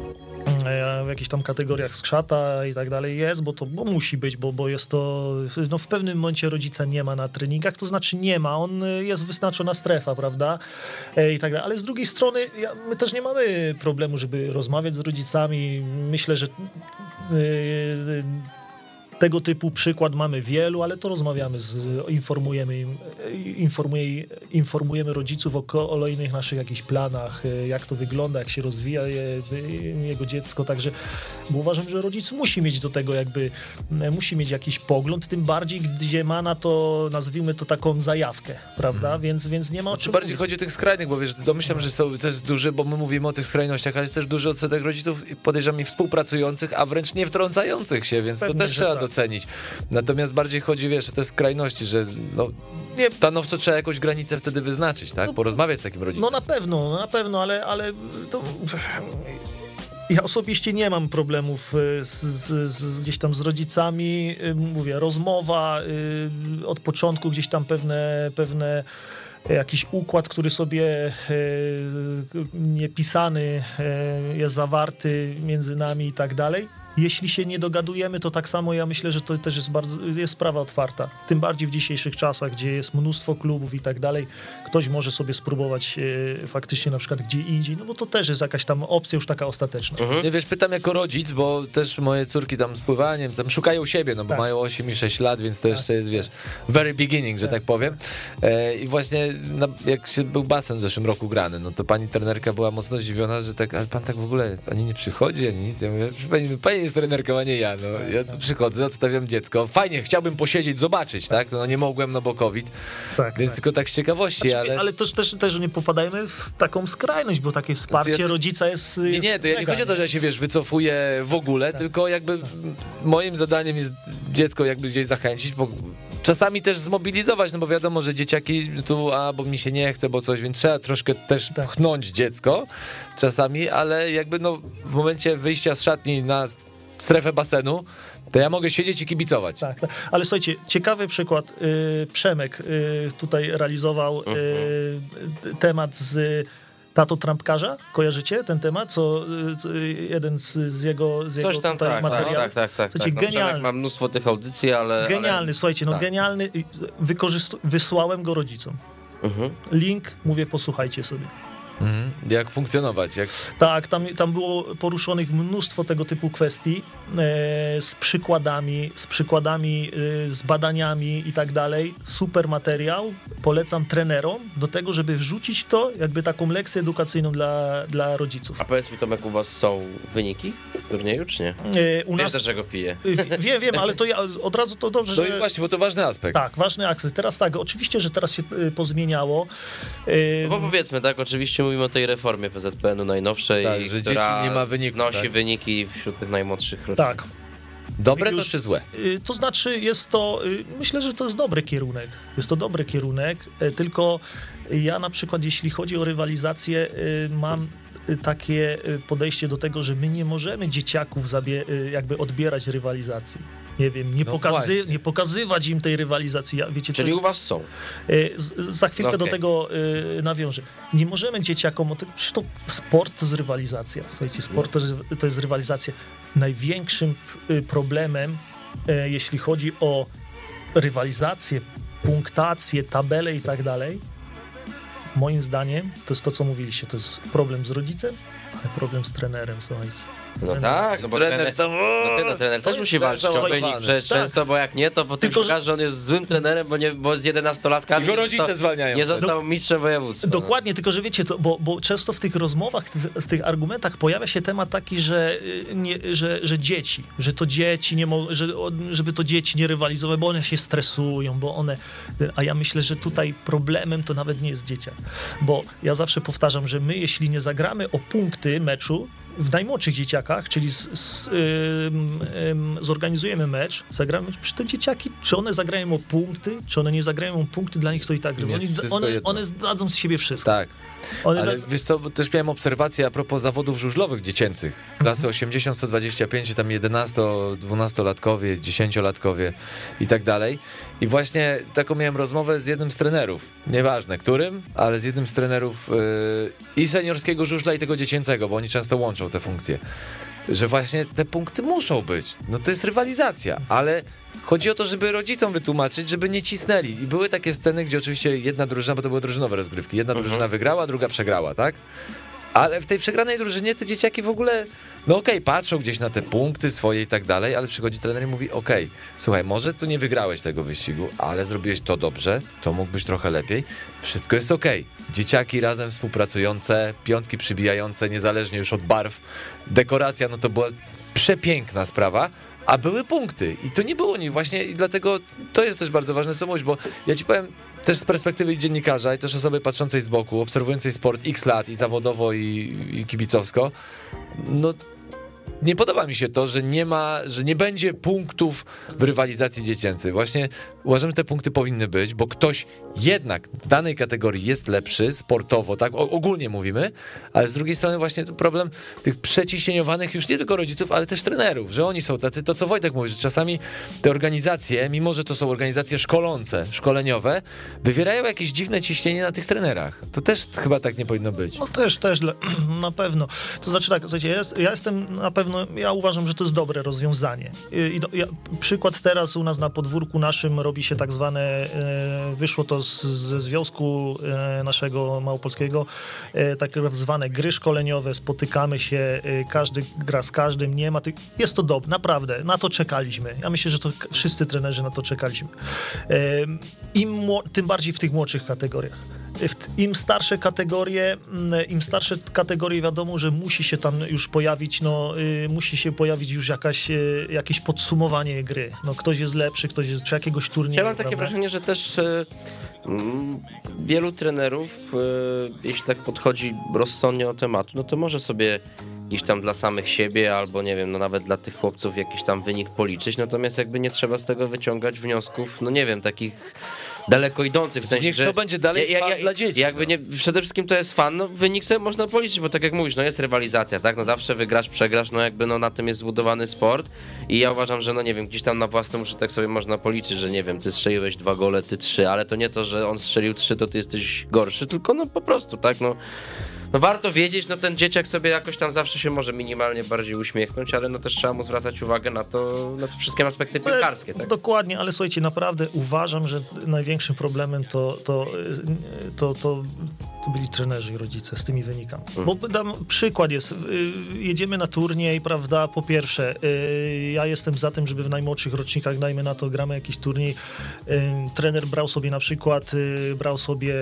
W jakichś tam kategoriach skrzata i tak dalej jest, bo to bo musi być, bo, bo jest to, no w pewnym momencie rodzica nie ma na treningach, to znaczy nie ma, on jest wyznaczona strefa, prawda, i tak dalej, ale z drugiej strony ja, my też nie mamy problemu, żeby rozmawiać z rodzicami, myślę, że yy, tego typu przykład mamy wielu, ale to rozmawiamy, z, informujemy, im, informuje, informujemy rodziców o kolejnych naszych jakichś planach, jak to wygląda, jak się rozwija je, jego dziecko, także bo uważam, że rodzic musi mieć do tego jakby, musi mieć jakiś pogląd, tym bardziej, gdzie ma na to, nazwijmy to taką zajawkę, prawda, hmm. więc, więc nie ma o czym bardziej mówić. Chodzi o tych skrajnych, bo wiesz, domyślam, że są, to jest duży, bo my mówimy o tych skrajnościach, ale jest też duży odsetek rodziców, podejrzewam, i współpracujących, a wręcz nie wtrącających się, więc Pewnie, to też trzeba tak. docenić. Natomiast bardziej chodzi, wiesz, o te skrajności, że no, nie, stanowczo trzeba jakąś granicę wtedy wyznaczyć, tak? No, porozmawiać z takim rodzicem. No na pewno, no na pewno, ale, ale to... Ja osobiście nie mam problemów z, z, z, gdzieś tam z rodzicami, mówię, rozmowa od początku, gdzieś tam pewne, pewne jakiś układ, który sobie niepisany jest zawarty między nami i tak dalej. Jeśli się nie dogadujemy, to tak samo ja myślę, że to też jest bardzo, jest sprawa otwarta. Tym bardziej w dzisiejszych czasach, gdzie jest mnóstwo klubów i tak dalej. Ktoś może sobie spróbować e, faktycznie na przykład gdzie indziej, no bo to też jest jakaś tam opcja już taka ostateczna. Mhm. Nie wiesz, pytam jako rodzic, bo też moje córki tam z pływaniem, tam szukają siebie, no bo tak. mają osiem i sześć lat, więc to tak, jeszcze jest, wiesz, very beginning, że tak, tak powiem. E, I właśnie na, jak się był basen w zeszłym roku grany, no to pani trenerka była mocno zdziwiona, że tak, ale pan tak w ogóle, ani nie przychodzi, ani nic. Ja mówię, pani, pani jest trenerką, a nie ja, no. Ja tu przychodzę, odstawiam dziecko. Fajnie, chciałbym posiedzieć, zobaczyć, tak? No nie mogłem, no bo COVID, tak, więc tak. tylko tak z ciekawości, znaczy, ale... Ale też, też, też nie popadajmy w taką skrajność, bo takie wsparcie znaczy, ja... rodzica jest... Nie, nie, to ja nie chodzi o to, że ja się, wiesz, wycofuję w ogóle, tak. tylko jakby tak. moim zadaniem jest dziecko jakby gdzieś zachęcić, bo czasami też zmobilizować, no bo wiadomo, że dzieciaki tu, a bo mi się nie chce, bo coś, więc trzeba troszkę też tak. pchnąć dziecko czasami, ale jakby no w momencie wyjścia z szatni na strefę basenu, to ja mogę siedzieć i kibicować. Tak, tak. Ale słuchajcie, ciekawy przykład. Yy, Przemek yy, tutaj realizował yy, temat z Tato Trampkarza. Kojarzycie ten temat? Co yy, jeden z, z jego, z jego Coś tam, tutaj tak, materiałów? Tak, tak, tak. Słuchajcie, tak. No, genialny. Mam mnóstwo tych audycji, ale... Genialny, ale... słuchajcie, no tak. genialny. Wykorzystu- wysłałem go rodzicom. Mhm. Link, mówię, posłuchajcie sobie. Mhm. Jak funkcjonować? Jak... Tak, tam, tam było poruszonych mnóstwo tego typu kwestii e, z przykładami, z przykładami, e, z badaniami i tak dalej. Super materiał. Polecam trenerom do tego, żeby wrzucić to jakby taką lekcję edukacyjną dla, dla rodziców. A powiedz mi, Tomek, u was są wyniki turnieju, czy nie? E, u Wiesz, nas... dlaczego piję? E, wiem, wiem, ale to ja od razu to dobrze, no że... i właśnie, bo to ważny aspekt. Tak, ważny aspekt. Teraz tak, oczywiście, że teraz się e, pozmieniało. E, no bo powiedzmy, tak, oczywiście mówimy o tej reformie P Z P N-u najnowszej, tak, że która dzieci nie ma wyniku, znosi tak? wyniki wśród tych najmłodszych roczników. Tak. Dobre Już, to czy złe? To znaczy jest to, myślę, że to jest dobry kierunek. Jest to dobry kierunek, tylko ja na przykład jeśli chodzi o rywalizację mam takie podejście do tego, że my nie możemy dzieciaków zabie- jakby odbierać rywalizacji. Nie wiem, nie, no pokazy- nie pokazywać im tej rywalizacji. Wiecie, Czyli co? u was są. Z, za chwilkę no okay. do tego y, nawiążę. Nie możemy dzieciakom, przecież to sport to jest rywalizacja. Słuchajcie, sport to, to jest rywalizacja. Największym problemem, y, jeśli chodzi o rywalizację, punktację, tabelę i tak dalej, moim zdaniem, to jest to, co mówiliście, to jest problem z rodzicem, ale problem z trenerem, słuchajcie. No tak, no bo trener, trener, tam, no ty, no, trener też musi walczyć o wynik przecież tak. często, bo jak nie, to potem Tylko, pokaże, że on jest złym trenerem, bo, nie, bo z jedenastolatkami go rodzice został, zwalniają. nie został mistrzem województwa. Dokładnie, no. Tylko że wiecie, to, bo, bo często w tych rozmowach, w tych argumentach pojawia się temat taki, że, nie, że, że dzieci, że to dzieci nie mo- że, żeby to dzieci nie rywalizowały, bo one się stresują, bo one... A ja myślę, że tutaj problemem to nawet nie jest dzieciak, bo ja zawsze powtarzam, że my, jeśli nie zagramy o punkty meczu, w najmłodszych dzieciakach, czyli z, z, ym, ym, zorganizujemy mecz, zagramy, czy te dzieciaki, czy one zagrają o punkty, czy one nie zagrają o punkty, dla nich to i tak gry. Oni, one, one zdadzą z siebie wszystko. Tak, one ale da... wiesz co, też miałem obserwację a propos zawodów żużlowych dziecięcych. Klasy osiemdziesiąt sto dwadzieścia pięć, tam jedenasto-dwunastolatkowie, dziesięciolatkowie i tak dalej. I właśnie taką miałem rozmowę z jednym z trenerów, nieważne którym, ale z jednym z trenerów yy, i seniorskiego żużla i tego dziecięcego, bo oni często łączą te funkcje, że właśnie te punkty muszą być. No to jest rywalizacja, ale chodzi o to, żeby rodzicom wytłumaczyć, żeby nie cisnęli. I były takie sceny, gdzie oczywiście jedna drużyna, bo to były drużynowe rozgrywki, jedna mhm. drużyna wygrała, druga przegrała, tak? Ale w tej przegranej drużynie te dzieciaki w ogóle, no okej, okay, patrzą gdzieś na te punkty swoje i tak dalej, ale przychodzi trener i mówi, okej, okay, słuchaj, może tu nie wygrałeś tego wyścigu, ale zrobiłeś to dobrze, to mógłbyś trochę lepiej, wszystko jest okej. Okay. Dzieciaki razem współpracujące, piątki przybijające, niezależnie już od barw, dekoracja, no to była przepiękna sprawa, a były punkty i to nie było nic właśnie i dlatego to jest też bardzo ważne, co mówisz, bo ja ci powiem, też z perspektywy dziennikarza i też osoby patrzącej z boku, obserwującej sport x lat i zawodowo i, i kibicowsko, no nie podoba mi się to, że nie ma, że nie będzie punktów w rywalizacji dziecięcej. Właśnie uważam, że te punkty powinny być, bo ktoś jednak w danej kategorii jest lepszy sportowo, tak, o, ogólnie mówimy, ale z drugiej strony właśnie to problem tych przeciśnieniowanych już nie tylko rodziców, ale też trenerów, że oni są tacy, to co Wojtek mówi, że czasami te organizacje, mimo że to są organizacje szkolące, szkoleniowe, wywierają jakieś dziwne ciśnienie na tych trenerach. To też chyba tak nie powinno być. No też, też, na pewno. To znaczy tak, słuchajcie, ja, jest, ja jestem na pewno, ja uważam, że to jest dobre rozwiązanie. I, i, ja, przykład teraz u nas na podwórku naszym robi się tak zwane, e, wyszło to z, ze związku e, naszego małopolskiego, e, tak zwane gry szkoleniowe, spotykamy się, e, każdy gra z każdym, nie ma tych, jest to dobre, naprawdę, na to czekaliśmy. Ja myślę, że to wszyscy trenerzy na to czekaliśmy. E, im, tym bardziej w tych młodszych kategoriach. Im starsze kategorie, im starsze kategorie wiadomo, że musi się tam już pojawić, no y, musi się pojawić już jakaś, y, jakieś podsumowanie gry. No ktoś jest lepszy, ktoś jest, czy jakiegoś turnieju. Ja mam takie prawda? wrażenie, że też y, mm, wielu trenerów, y, jeśli tak podchodzi rozsądnie do tematu, no to może sobie gdzieś tam dla samych siebie albo nie wiem, no nawet dla tych chłopców jakiś tam wynik policzyć, natomiast jakby nie trzeba z tego wyciągać wniosków, no nie wiem, takich daleko idących, w sensie, niech że... to będzie dalej ja, fan ja, dla dzieci. Jakby nie, przede wszystkim to jest fan, no wynik sobie można policzyć, bo tak jak mówisz, no jest rywalizacja, tak, no zawsze wygrasz, przegrasz, no jakby no na tym jest zbudowany sport i ja uważam, że no nie wiem, gdzieś tam na własnym użytek sobie można policzyć, że nie wiem, ty strzeliłeś dwa gole, ty trzy, ale to nie to, że on strzelił trzy, to ty jesteś gorszy, tylko no po prostu, tak, no No warto wiedzieć, no ten dzieciak sobie jakoś tam zawsze się może minimalnie bardziej uśmiechnąć, ale no też trzeba mu zwracać uwagę na to, na te wszystkie aspekty piłkarskie, tak? Dokładnie, ale słuchajcie, naprawdę uważam, że największym problemem to, to, to, to, to byli trenerzy i rodzice z tymi wynikami. Hmm. Bo dam przykład jest, jedziemy na turniej, prawda, po pierwsze, ja jestem za tym, żeby w najmłodszych rocznikach, dajmy na to, gramy jakiś turniej, trener brał sobie na przykład, brał sobie,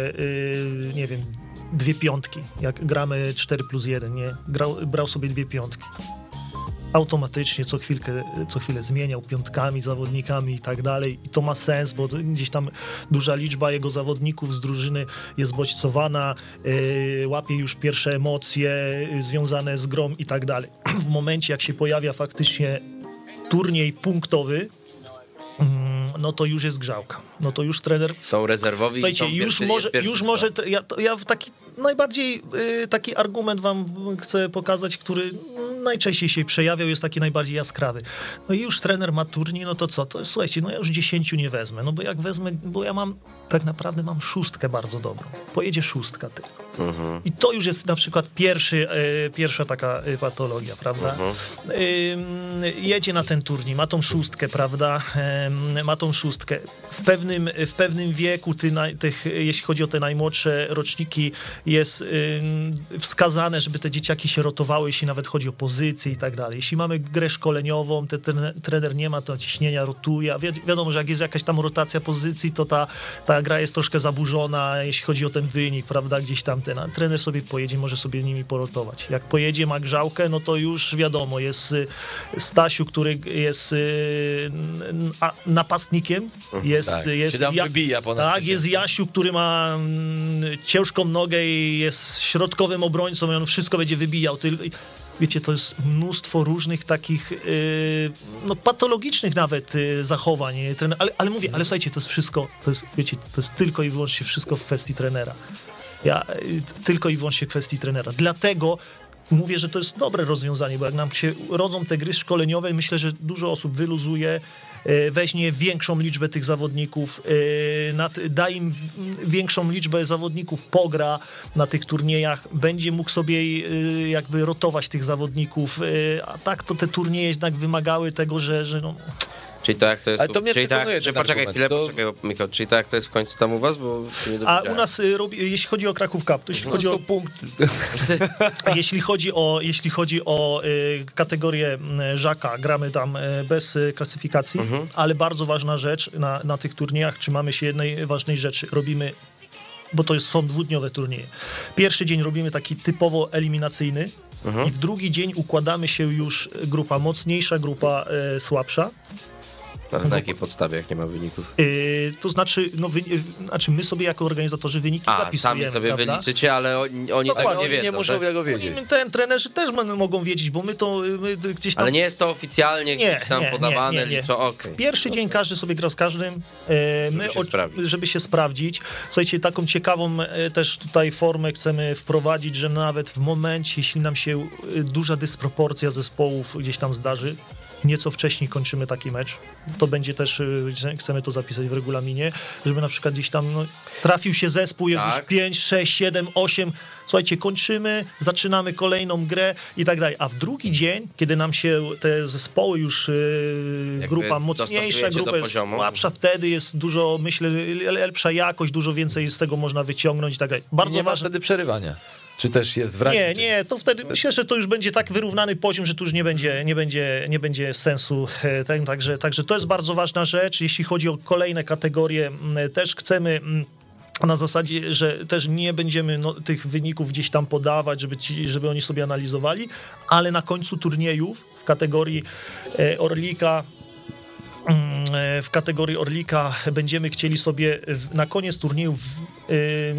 nie wiem, dwie piątki, jak gramy cztery plus jeden, nie? Grał, brał sobie dwie piątki. Automatycznie co chwilkę, co chwilę zmieniał piątkami, zawodnikami i tak dalej. I to ma sens, bo gdzieś tam duża liczba jego zawodników z drużyny jest bodźcowana, yy, łapie już pierwsze emocje yy, związane z grą i tak dalej. W momencie, jak się pojawia faktycznie turniej punktowy, no to już jest grzałka. No to już trener... Są rezerwowi. Słuchajcie, są już pierwszy, może, już może ja, ja taki najbardziej y, taki argument wam chcę pokazać, który najczęściej się przejawiał, jest taki najbardziej jaskrawy. No i już trener ma turniej, no to co? To słuchajcie, no ja już dziesięciu nie wezmę, no bo jak wezmę, bo ja mam, tak naprawdę mam szóstkę bardzo dobrą. Pojedzie szóstka tylko. Mhm. I to już jest na przykład pierwszy, y, pierwsza taka y, patologia, prawda? Mhm. Y, jedzie na ten turniej, ma tą szóstkę, prawda? Y, ma tą szóstkę. W pewnym, w pewnym wieku, ty na, tych, jeśli chodzi o te najmłodsze roczniki, jest y, wskazane, żeby te dzieciaki się rotowały, jeśli nawet chodzi o pozycje i tak dalej. Jeśli mamy grę szkoleniową, ten, ten trener nie ma to ciśnienia, rotuje. Wi- wiadomo, że jak jest jakaś tam rotacja pozycji, to ta, ta gra jest troszkę zaburzona, jeśli chodzi o ten wynik, prawda, gdzieś tam ten. A trener sobie pojedzie, może sobie nimi porotować. Jak pojedzie, ma grzałkę, no to już wiadomo, jest Stasiu, który jest y, a, napastnikiem, jest, tak, jest, się tam ja, wybija ponad tak, jest Jasiu, który ma mm, ciężką nogę i jest środkowym obrońcą i on wszystko będzie wybijał. Tylko, wiecie, to jest mnóstwo różnych takich yy, no, patologicznych nawet yy, zachowań, trener, ale, ale mówię, ale słuchajcie, to jest wszystko, to jest, wiecie, to jest tylko i wyłącznie wszystko w kwestii trenera. Ja, yy, tylko i wyłącznie w kwestii trenera. Dlatego mówię, że to jest dobre rozwiązanie, bo jak nam się rodzą te gry szkoleniowe, myślę, że dużo osób wyluzuje, weźmie większą liczbę tych zawodników, da im większą liczbę zawodników, pogra na tych turniejach, będzie mógł sobie jakby rotować tych zawodników, a tak to te turnieje jednak wymagały tego, że, że no... Czyli to jak to jest... Ale to mnie czyli przekonuje tak, że ten poczekaj argument. chwilę, To... poczekaj, Michał, czyli tak jak to jest w końcu tam u was, bo... Nie A u nas, jeśli chodzi o Kraków Cup, to jeśli chodzi o... punkt. jeśli chodzi o, jeśli chodzi o y, kategorię Żaka, gramy tam y, bez y, klasyfikacji, mhm. ale bardzo ważna rzecz na, na tych turniejach, trzymamy się jednej ważnej rzeczy, robimy, bo to jest, są dwudniowe turnieje. Pierwszy dzień robimy taki typowo eliminacyjny, mhm. i w drugi dzień układamy się już grupa mocniejsza, grupa y, słabsza. Ale na jakiej podstawie, jak nie ma wyników? Yy, to znaczy, no, wy, znaczy, my sobie jako organizatorzy wyniki A, zapisujemy. sami sobie prawda? wyliczycie, ale oni, oni No, tego tak, nie Oni wiedzą. nie muszą tak? tego wiedzieć. Oni, ten trenerzy też mogą wiedzieć, bo my to my gdzieś tam... Ale nie jest to oficjalnie Nie, gdzieś tam nie, podawane, nie, nie, nie. liczą, okej. Pierwszy dzień każdy sobie gra z każdym, e, my, się o- sprawdzić. żeby się sprawdzić. Słuchajcie, taką ciekawą e, też tutaj formę chcemy wprowadzić, że nawet w momencie, jeśli nam się e, duża dysproporcja zespołów gdzieś tam zdarzy, nieco wcześniej kończymy taki mecz. To będzie też, e, chcemy to zapisać w regulaminie, żeby na przykład gdzieś tam no, trafił się zespół, jest Tak. już pięć, sześć, siedem, osiem. Słuchajcie, kończymy, zaczynamy kolejną grę i tak dalej. A w drugi dzień, kiedy nam się te zespoły już e, Jakby grupa mocniejsza, dostosujecie grupa do jest poziomu. słabsza, wtedy jest dużo, myślę, lepsza jakość, dużo więcej z tego można wyciągnąć i tak dalej. I Bardzo nie ma ważne. wtedy przerywania. Czy też jest w Nie, nie, to wtedy myślę, że to już będzie tak wyrównany poziom, że tu już nie będzie, nie będzie, nie będzie sensu. e, Ten, także, także to jest bardzo ważna rzecz. Jeśli chodzi o kolejne kategorie, m, też chcemy m, na zasadzie, że też nie będziemy no, tych wyników gdzieś tam podawać, żeby, ci, żeby oni sobie analizowali, ale na końcu turniejów w kategorii e, Orlika w kategorii Orlika będziemy chcieli sobie w, na koniec turnieju w, y,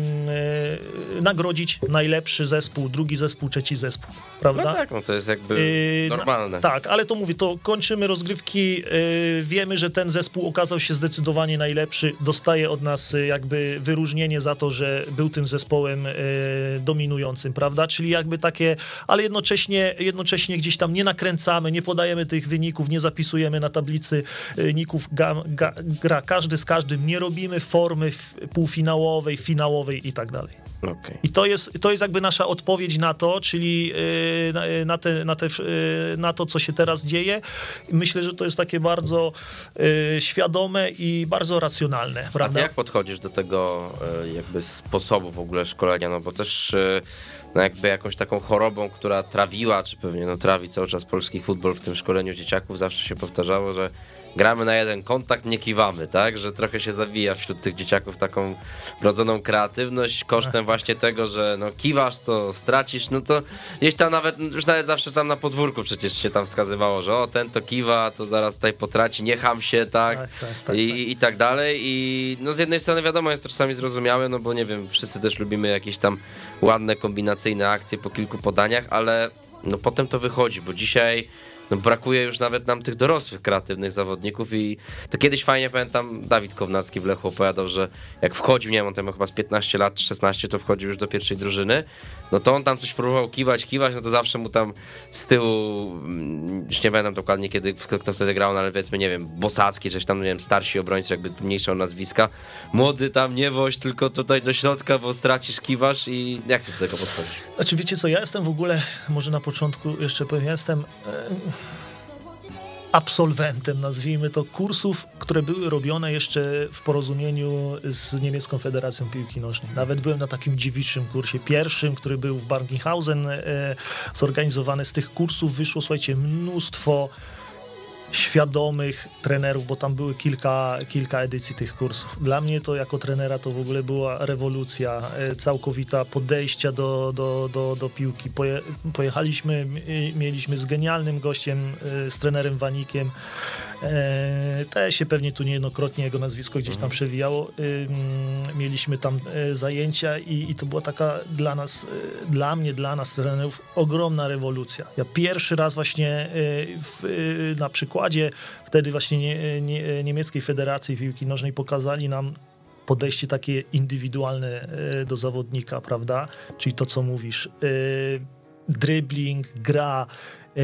y, nagrodzić najlepszy zespół, drugi zespół, trzeci zespół, prawda? No tak, no to jest jakby Yy, normalne. Tak, ale to mówię, to kończymy rozgrywki, yy, wiemy, że ten zespół okazał się zdecydowanie najlepszy, dostaje od nas yy, jakby wyróżnienie za to, że był tym zespołem yy, dominującym, prawda? Czyli jakby takie, ale jednocześnie, jednocześnie gdzieś tam nie nakręcamy, nie podajemy tych wyników, nie zapisujemy na tablicy yy, ników, ga, ga, gra każdy z każdym, nie robimy formy f- półfinałowej, finałowej i tak dalej. Okay. I to jest, to jest jakby nasza odpowiedź na to, czyli yy, na, na, te, na, te, yy, na to, co się teraz dzieje. I myślę, że to jest takie bardzo yy, świadome i bardzo racjonalne, A prawda? ty jak podchodzisz do tego y, jakby sposobu w ogóle szkolenia? No bo też y, no jakby jakąś taką chorobą, która trawiła, czy pewnie no trawi cały czas polski futbol w tym szkoleniu dzieciaków, zawsze się powtarzało, że gramy na jeden kontakt, nie kiwamy, tak? Że trochę się zawija wśród tych dzieciaków taką wrodzoną kreatywność kosztem właśnie tego, że no kiwasz, to stracisz, no to gdzieś tam nawet, już nawet zawsze tam na podwórku przecież się tam wskazywało, że o, ten to kiwa, to zaraz tutaj potraci, nie cham się, tak? Tak, tak, tak, I, tak. I tak dalej i no z jednej strony wiadomo, jest to czasami zrozumiałe, no bo nie wiem, wszyscy też lubimy jakieś tam ładne, kombinacyjne akcje po kilku podaniach, ale no potem to wychodzi, bo dzisiaj no brakuje już nawet nam tych dorosłych, kreatywnych zawodników i to kiedyś fajnie, pamiętam, Dawid Kownacki w Lechu opowiadał, że jak wchodził, nie wiem, on tam miał chyba z piętnaście lat, szesnaście, to wchodził już do pierwszej drużyny, no to on tam coś próbował kiwać, kiwać, no to zawsze mu tam z tyłu, już nie pamiętam dokładnie kiedy, kto wtedy grał, no ale powiedzmy, nie wiem, Bosacki, coś tam, nie wiem, starsi obrońcy, jakby mniejsze o nazwiska, młody tam, nie woź, tylko tutaj do środka, bo stracisz, kiwasz i jak ty do tego podchodzisz? Znaczy, wiecie co, ja jestem w ogóle, może na początku jeszcze powiem, ja jestem e, absolwentem, nazwijmy to, kursów, które były robione jeszcze w porozumieniu z Niemiecką Federacją Piłki Nożnej. Nawet byłem na takim dziewiczym kursie, pierwszym, który był w Barkinghausen e, zorganizowany. Z tych kursów wyszło, słuchajcie, mnóstwo świadomych trenerów, bo tam były kilka, kilka edycji tych kursów. Dla mnie to jako trenera to w ogóle była rewolucja e, całkowita podejścia do, do, do, do piłki. Poje, pojechaliśmy, m- mieliśmy z genialnym gościem, e, z trenerem Wanikiem. E, też się pewnie tu niejednokrotnie jego nazwisko gdzieś tam przewijało. E, mieliśmy tam e, zajęcia i, i to była taka dla nas, e, dla mnie, dla nas trenerów ogromna rewolucja. Ja pierwszy raz właśnie e, w, e, na przykładzie wtedy właśnie nie, nie, Niemieckiej Federacji Piłki Nożnej pokazali nam podejście takie indywidualne e, do zawodnika, prawda? Czyli to, co mówisz. E, dribbling, gra, e,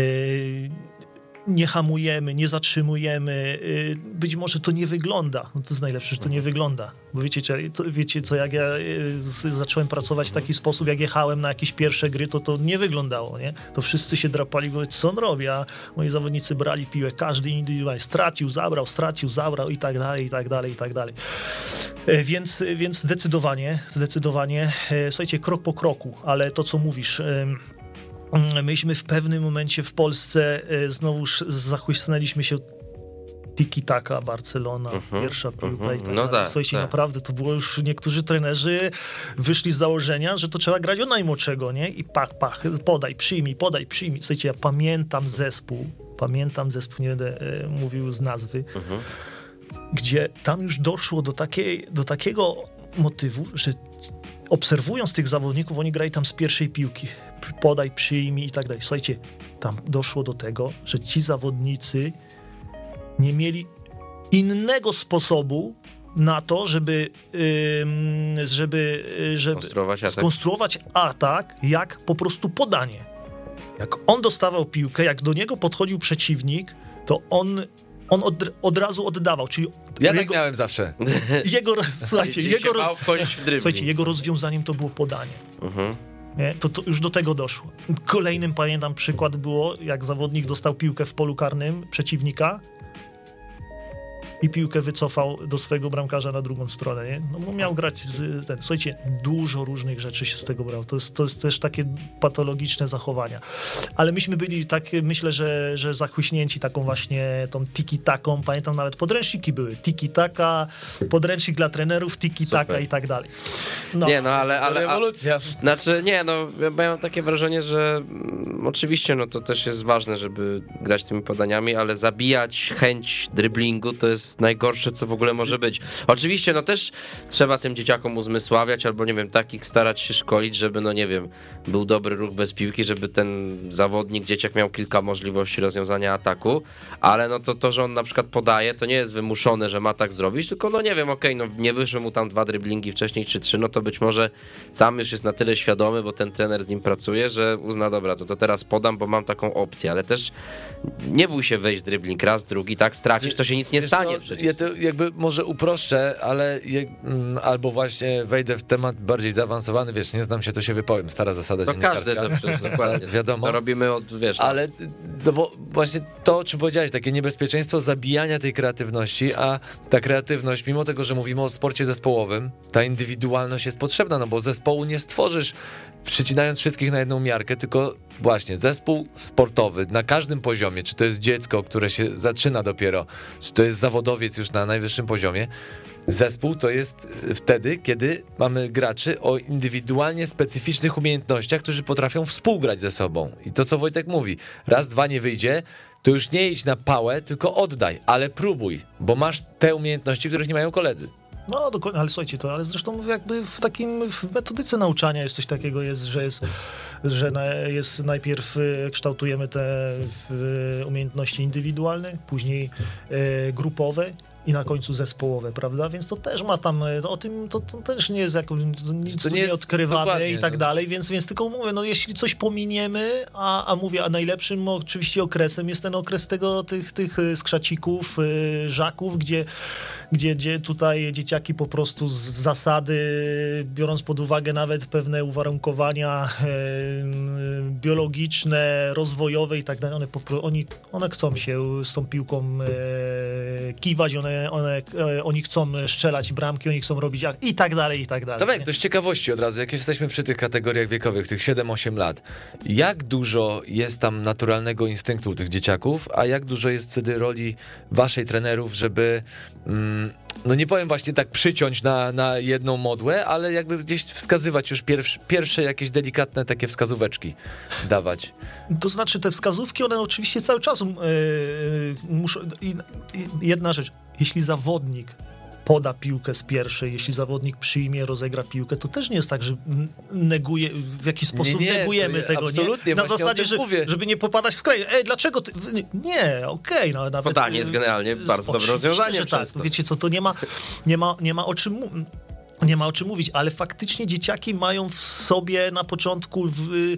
nie hamujemy, nie zatrzymujemy. Być może to nie wygląda. No to jest najlepsze, że to nie wygląda. Bo wiecie, co, wiecie co, jak ja z, zacząłem pracować w taki sposób, jak jechałem na jakieś pierwsze gry, to to nie wyglądało, nie? To wszyscy się drapali, bo co on robi, a moi zawodnicy brali piłę, każdy indywidualnie stracił, zabrał, stracił, zabrał i tak dalej, i tak dalej, i tak dalej. Więc, więc zdecydowanie, zdecydowanie, słuchajcie, krok po kroku, ale to, co mówisz, myśmy w pewnym momencie w Polsce znowuż zachłysnęliśmy się tiki-taka, Barcelona, uh-huh, pierwsza piłka uh-huh. i tak no dalej. tak, Słuchajcie, tak. naprawdę to było już, niektórzy trenerzy wyszli z założenia, że to trzeba grać o najmłodszego, nie? I pach, pach, podaj, przyjmij, podaj, przyjmij. Słuchajcie, ja pamiętam zespół, pamiętam zespół, nie będę e, mówił z nazwy, mhm. gdzie tam już doszło do, takiej, do takiego motywu, że obserwując tych zawodników, oni grali tam z pierwszej piłki, podaj, przyjmij i tak dalej. Słuchajcie, tam doszło do tego, że ci zawodnicy nie mieli innego sposobu na to, żeby, yy, żeby, żeby skonstruować atak. skonstruować atak, jak po prostu podanie. Jak on dostawał piłkę, jak do niego podchodził przeciwnik, to on, on od, od razu oddawał. Czyli ja jego, tak miałem zawsze. Jego, słuchajcie, jego, roz, w słuchajcie, jego rozwiązaniem to było podanie. Mhm. Nie? To, to już do tego doszło. Kolejnym, pamiętam, przykład było, jak zawodnik dostał piłkę w polu karnym przeciwnika i piłkę wycofał do swojego bramkarza na drugą stronę, nie? No bo miał grać z ten. Słuchajcie, dużo różnych rzeczy się z tego brało. To jest, to jest też takie patologiczne zachowania. Ale myśmy byli tak, myślę, że, że zachłyśnięci taką właśnie tą tiki-taką. Pamiętam, nawet podręczniki były. Tiki-taka, podręcznik dla trenerów, tiki-taka i tak dalej. No. Nie, no ale... ale rewolucja. A, znaczy, nie, no ja mam takie wrażenie, że mm, oczywiście, no to też jest ważne, żeby grać tymi podaniami, ale zabijać chęć driblingu to jest najgorsze, co w ogóle może być. Oczywiście, no też trzeba tym dzieciakom uzmysławiać, albo nie wiem, takich starać się szkolić, żeby, no nie wiem, był dobry ruch bez piłki, żeby ten zawodnik, dzieciak miał kilka możliwości rozwiązania ataku, ale no to to, że on na przykład podaje, to nie jest wymuszone, że ma tak zrobić, tylko no nie wiem, okej, okay, no nie wyszły mu tam dwa driblingi wcześniej, czy trzy, no to być może sam już jest na tyle świadomy, bo ten trener z nim pracuje, że uzna, dobra, to, to teraz podam, bo mam taką opcję, ale też nie bój się wejść dribbling raz, drugi, tak stracisz, to się nic nie stanie. Ja to jakby może uproszczę, ale je, m, albo właśnie wejdę w temat bardziej zaawansowany, wiesz, nie znam się, to się wypowiem, stara zasada to dziennikarska. To każdy to przecież dokładnie. Wiadomo. To robimy od, wiesz. Ale no bo właśnie to, o czym powiedziałeś, takie niebezpieczeństwo zabijania tej kreatywności, a ta kreatywność, mimo tego, że mówimy o sporcie zespołowym, ta indywidualność jest potrzebna, no bo zespołu nie stworzysz przycinając wszystkich na jedną miarkę, tylko właśnie zespół sportowy na każdym poziomie, czy to jest dziecko, które się zaczyna dopiero, czy to jest zawodowiec już na najwyższym poziomie, zespół to jest wtedy, kiedy mamy graczy o indywidualnie specyficznych umiejętnościach, którzy potrafią współgrać ze sobą. I to, co Wojtek mówi, raz, dwa nie wyjdzie, to już nie idź na pałę, tylko oddaj, ale próbuj, bo masz te umiejętności, których nie mają koledzy. No dokładnie, ale słuchajcie, to ale zresztą mówię, jakby w takim, w metodyce nauczania jest coś takiego, jest, że jest, że na, jest najpierw kształtujemy te umiejętności indywidualne, później e, grupowe i na końcu zespołowe, prawda? Więc to też ma tam, o tym to, to też nie jest jakąś, nic to nie jest odkrywane i tak dalej, więc, więc tylko mówię, no jeśli coś pominiemy, a, a mówię, a najlepszym oczywiście okresem jest ten okres tego, tych, tych skrzacików, żaków, gdzie Gdzie, gdzie tutaj dzieciaki po prostu z zasady, biorąc pod uwagę nawet pewne uwarunkowania e, biologiczne, rozwojowe i tak dalej, one, oni, one chcą się z tą piłką e, kiwać, one, one, e, oni chcą strzelać bramki, oni chcą robić i tak dalej, i tak dalej. To to z ciekawości od razu, jak jesteśmy przy tych kategoriach wiekowych, tych siedem osiem lat, jak dużo jest tam naturalnego instynktu u tych dzieciaków, a jak dużo jest wtedy roli waszej trenerów, żeby mm, no nie powiem właśnie tak przyciąć na, na jedną modłę, ale jakby gdzieś wskazywać już pierwsze, pierwsze jakieś delikatne takie wskazóweczki dawać. To znaczy te wskazówki, one oczywiście cały czas yy, muszą... Yy, jedna rzecz, jeśli zawodnik poda piłkę z pierwszej, jeśli zawodnik przyjmie, rozegra piłkę, to też nie jest tak, że neguje, w jakiś sposób nie, nie, negujemy tego, absolutnie, nie? Na zasadzie, że, żeby nie popadać w kraj. Ej, dlaczego ty... Nie, okej. Okay, no, nawet... Podanie jest generalnie bardzo dobre rozwiązanie. Tak, wiecie co, to nie ma, nie ma, nie ma o czym mówić. Nie ma o czym mówić, ale faktycznie dzieciaki mają w sobie na początku, w, y,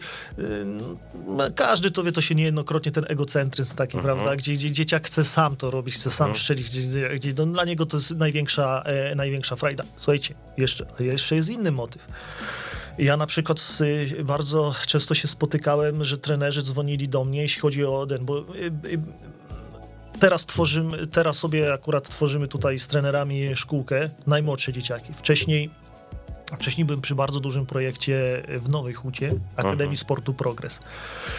y, każdy to wie, to się niejednokrotnie ten egocentryzm taki, uh-huh. prawda, gdzie, gdzie dzieciak chce sam to robić, chce sam uh-huh. strzelić, gdzie, gdzie no, dla niego to jest największa, e, największa frajda. Słuchajcie, jeszcze, jeszcze jest inny motyw. Ja na przykład bardzo często się spotykałem, że trenerzy dzwonili do mnie, jeśli chodzi o ten, bo... Y, y, Teraz tworzymy, teraz sobie akurat tworzymy tutaj z trenerami szkółkę, najmłodsze dzieciaki. Wcześniej, wcześniej byłem przy bardzo dużym projekcie w Nowej Hucie, Akademii Aha. Sportu Progres.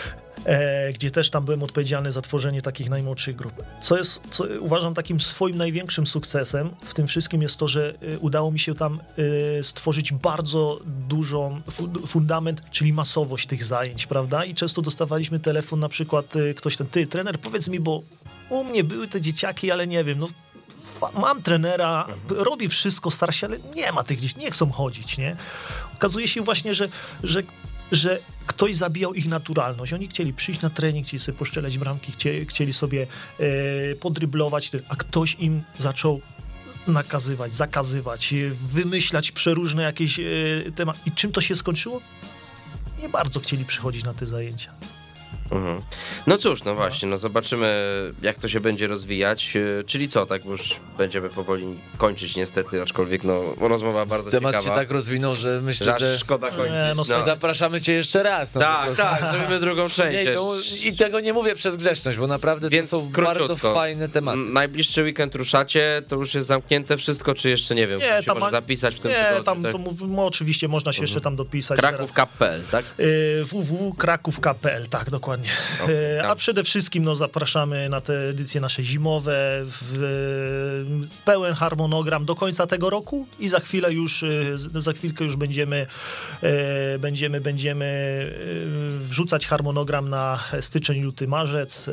e, gdzie też tam byłem odpowiedzialny za tworzenie takich najmłodszych grup. Co jest, co uważam takim swoim największym sukcesem w tym wszystkim jest to, że e, udało mi się tam e, stworzyć bardzo dużą fu- fundament, czyli masowość tych zajęć, prawda? I często dostawaliśmy telefon, na przykład e, ktoś ten, ty trener, powiedz mi, bo u mnie były te dzieciaki, ale nie wiem, no mam trenera, robi wszystko, stara się, ale nie ma tych dzieci, nie chcą chodzić, nie? Okazuje się właśnie, że, że, że ktoś zabijał ich naturalność. Oni chcieli przyjść na trening, chcieli sobie poszczelać bramki, chcieli, chcieli sobie e, podryblować, a ktoś im zaczął nakazywać, zakazywać, wymyślać przeróżne jakieś e, tematy. I czym to się skończyło? Nie bardzo chcieli przychodzić na te zajęcia. Mhm. No cóż, no właśnie, no zobaczymy, jak to się będzie rozwijać, czyli co, tak już będziemy powoli kończyć niestety, aczkolwiek no rozmowa bardzo Temat ciekawa. się tak rozwinął, że myślę, że, że... szkoda kończyć. Nie, no, no. Zapraszamy cię jeszcze raz. No, tak, tak, zrobimy drugą część. Nie, to, I tego nie mówię przez grzeczność, bo naprawdę Więc to są króciutko. bardzo fajne tematy. Najbliższy weekend ruszacie, to już jest zamknięte wszystko, czy jeszcze nie wiem, Nie, się tam może ma- zapisać w tym Nie, tygodniu, tam tak? to mów, no, oczywiście można się jeszcze tam dopisać. Kraków Cup kropka p l, tak? w w w kropka kraków kropka p l, tak, dokładnie. Okay, A tam. przede wszystkim no, zapraszamy na te edycje nasze zimowe, w pełen harmonogram do końca tego roku i za chwilę już, za chwilkę już będziemy, będziemy, będziemy wrzucać harmonogram na styczeń, luty, marzec.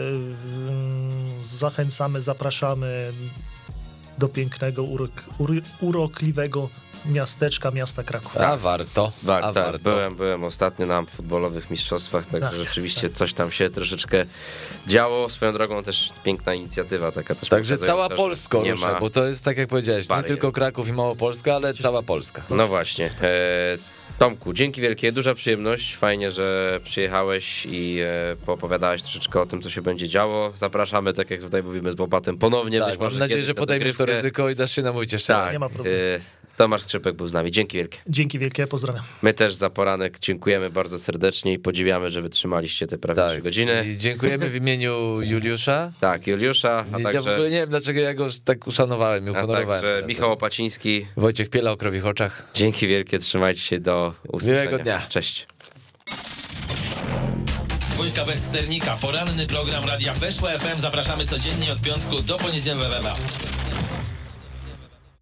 Zachęcamy, zapraszamy do pięknego, urok, ur, urokliwego miasteczka, miasta Kraków. A warto, Tak, a tak. warto. Byłem, byłem ostatnio na futbolowych mistrzostwach, także Tak, rzeczywiście coś tam się troszeczkę działo. Swoją drogą też piękna inicjatywa taka też. Także pokazująca, cała że Polska nie rusza, ma... bo to jest tak jak powiedziałeś, nie barier. tylko Kraków i Małopolska, ale cała Polska. No właśnie. E, Tomku, dzięki wielkie, duża przyjemność, fajnie, że przyjechałeś i e, poopowiadałeś troszeczkę o tym, co się będzie działo. Zapraszamy, tak jak tutaj mówimy z Bobatem, ponownie. Tak, być może mam nadzieję, kiedyś że na podejmiesz to dogrywkę. ryzyko i dasz się namówić jeszcze Tak, raz. Nie ma problemu. e, Tomasz Skrzypek był z nami, dzięki wielkie. Dzięki wielkie, pozdrawiam. My też za poranek dziękujemy bardzo serdecznie i podziwiamy, że wytrzymaliście te prawie trzy Tak. godziny. I dziękujemy w imieniu Juliusza. Tak, Juliusza, a Ja także, w ogóle nie wiem, dlaczego ja go tak uszanowałem i a uhonorowałem. także Michał Opaciński. Wojciech Piela o krowich oczach. Dzięki wielkie, trzymajcie się, do usłyszenia. Miłego dnia. Cześć. Dwójka bez sternika, poranny program Radia Weszło F M. Zapraszamy codziennie od piątku do poniedziałku.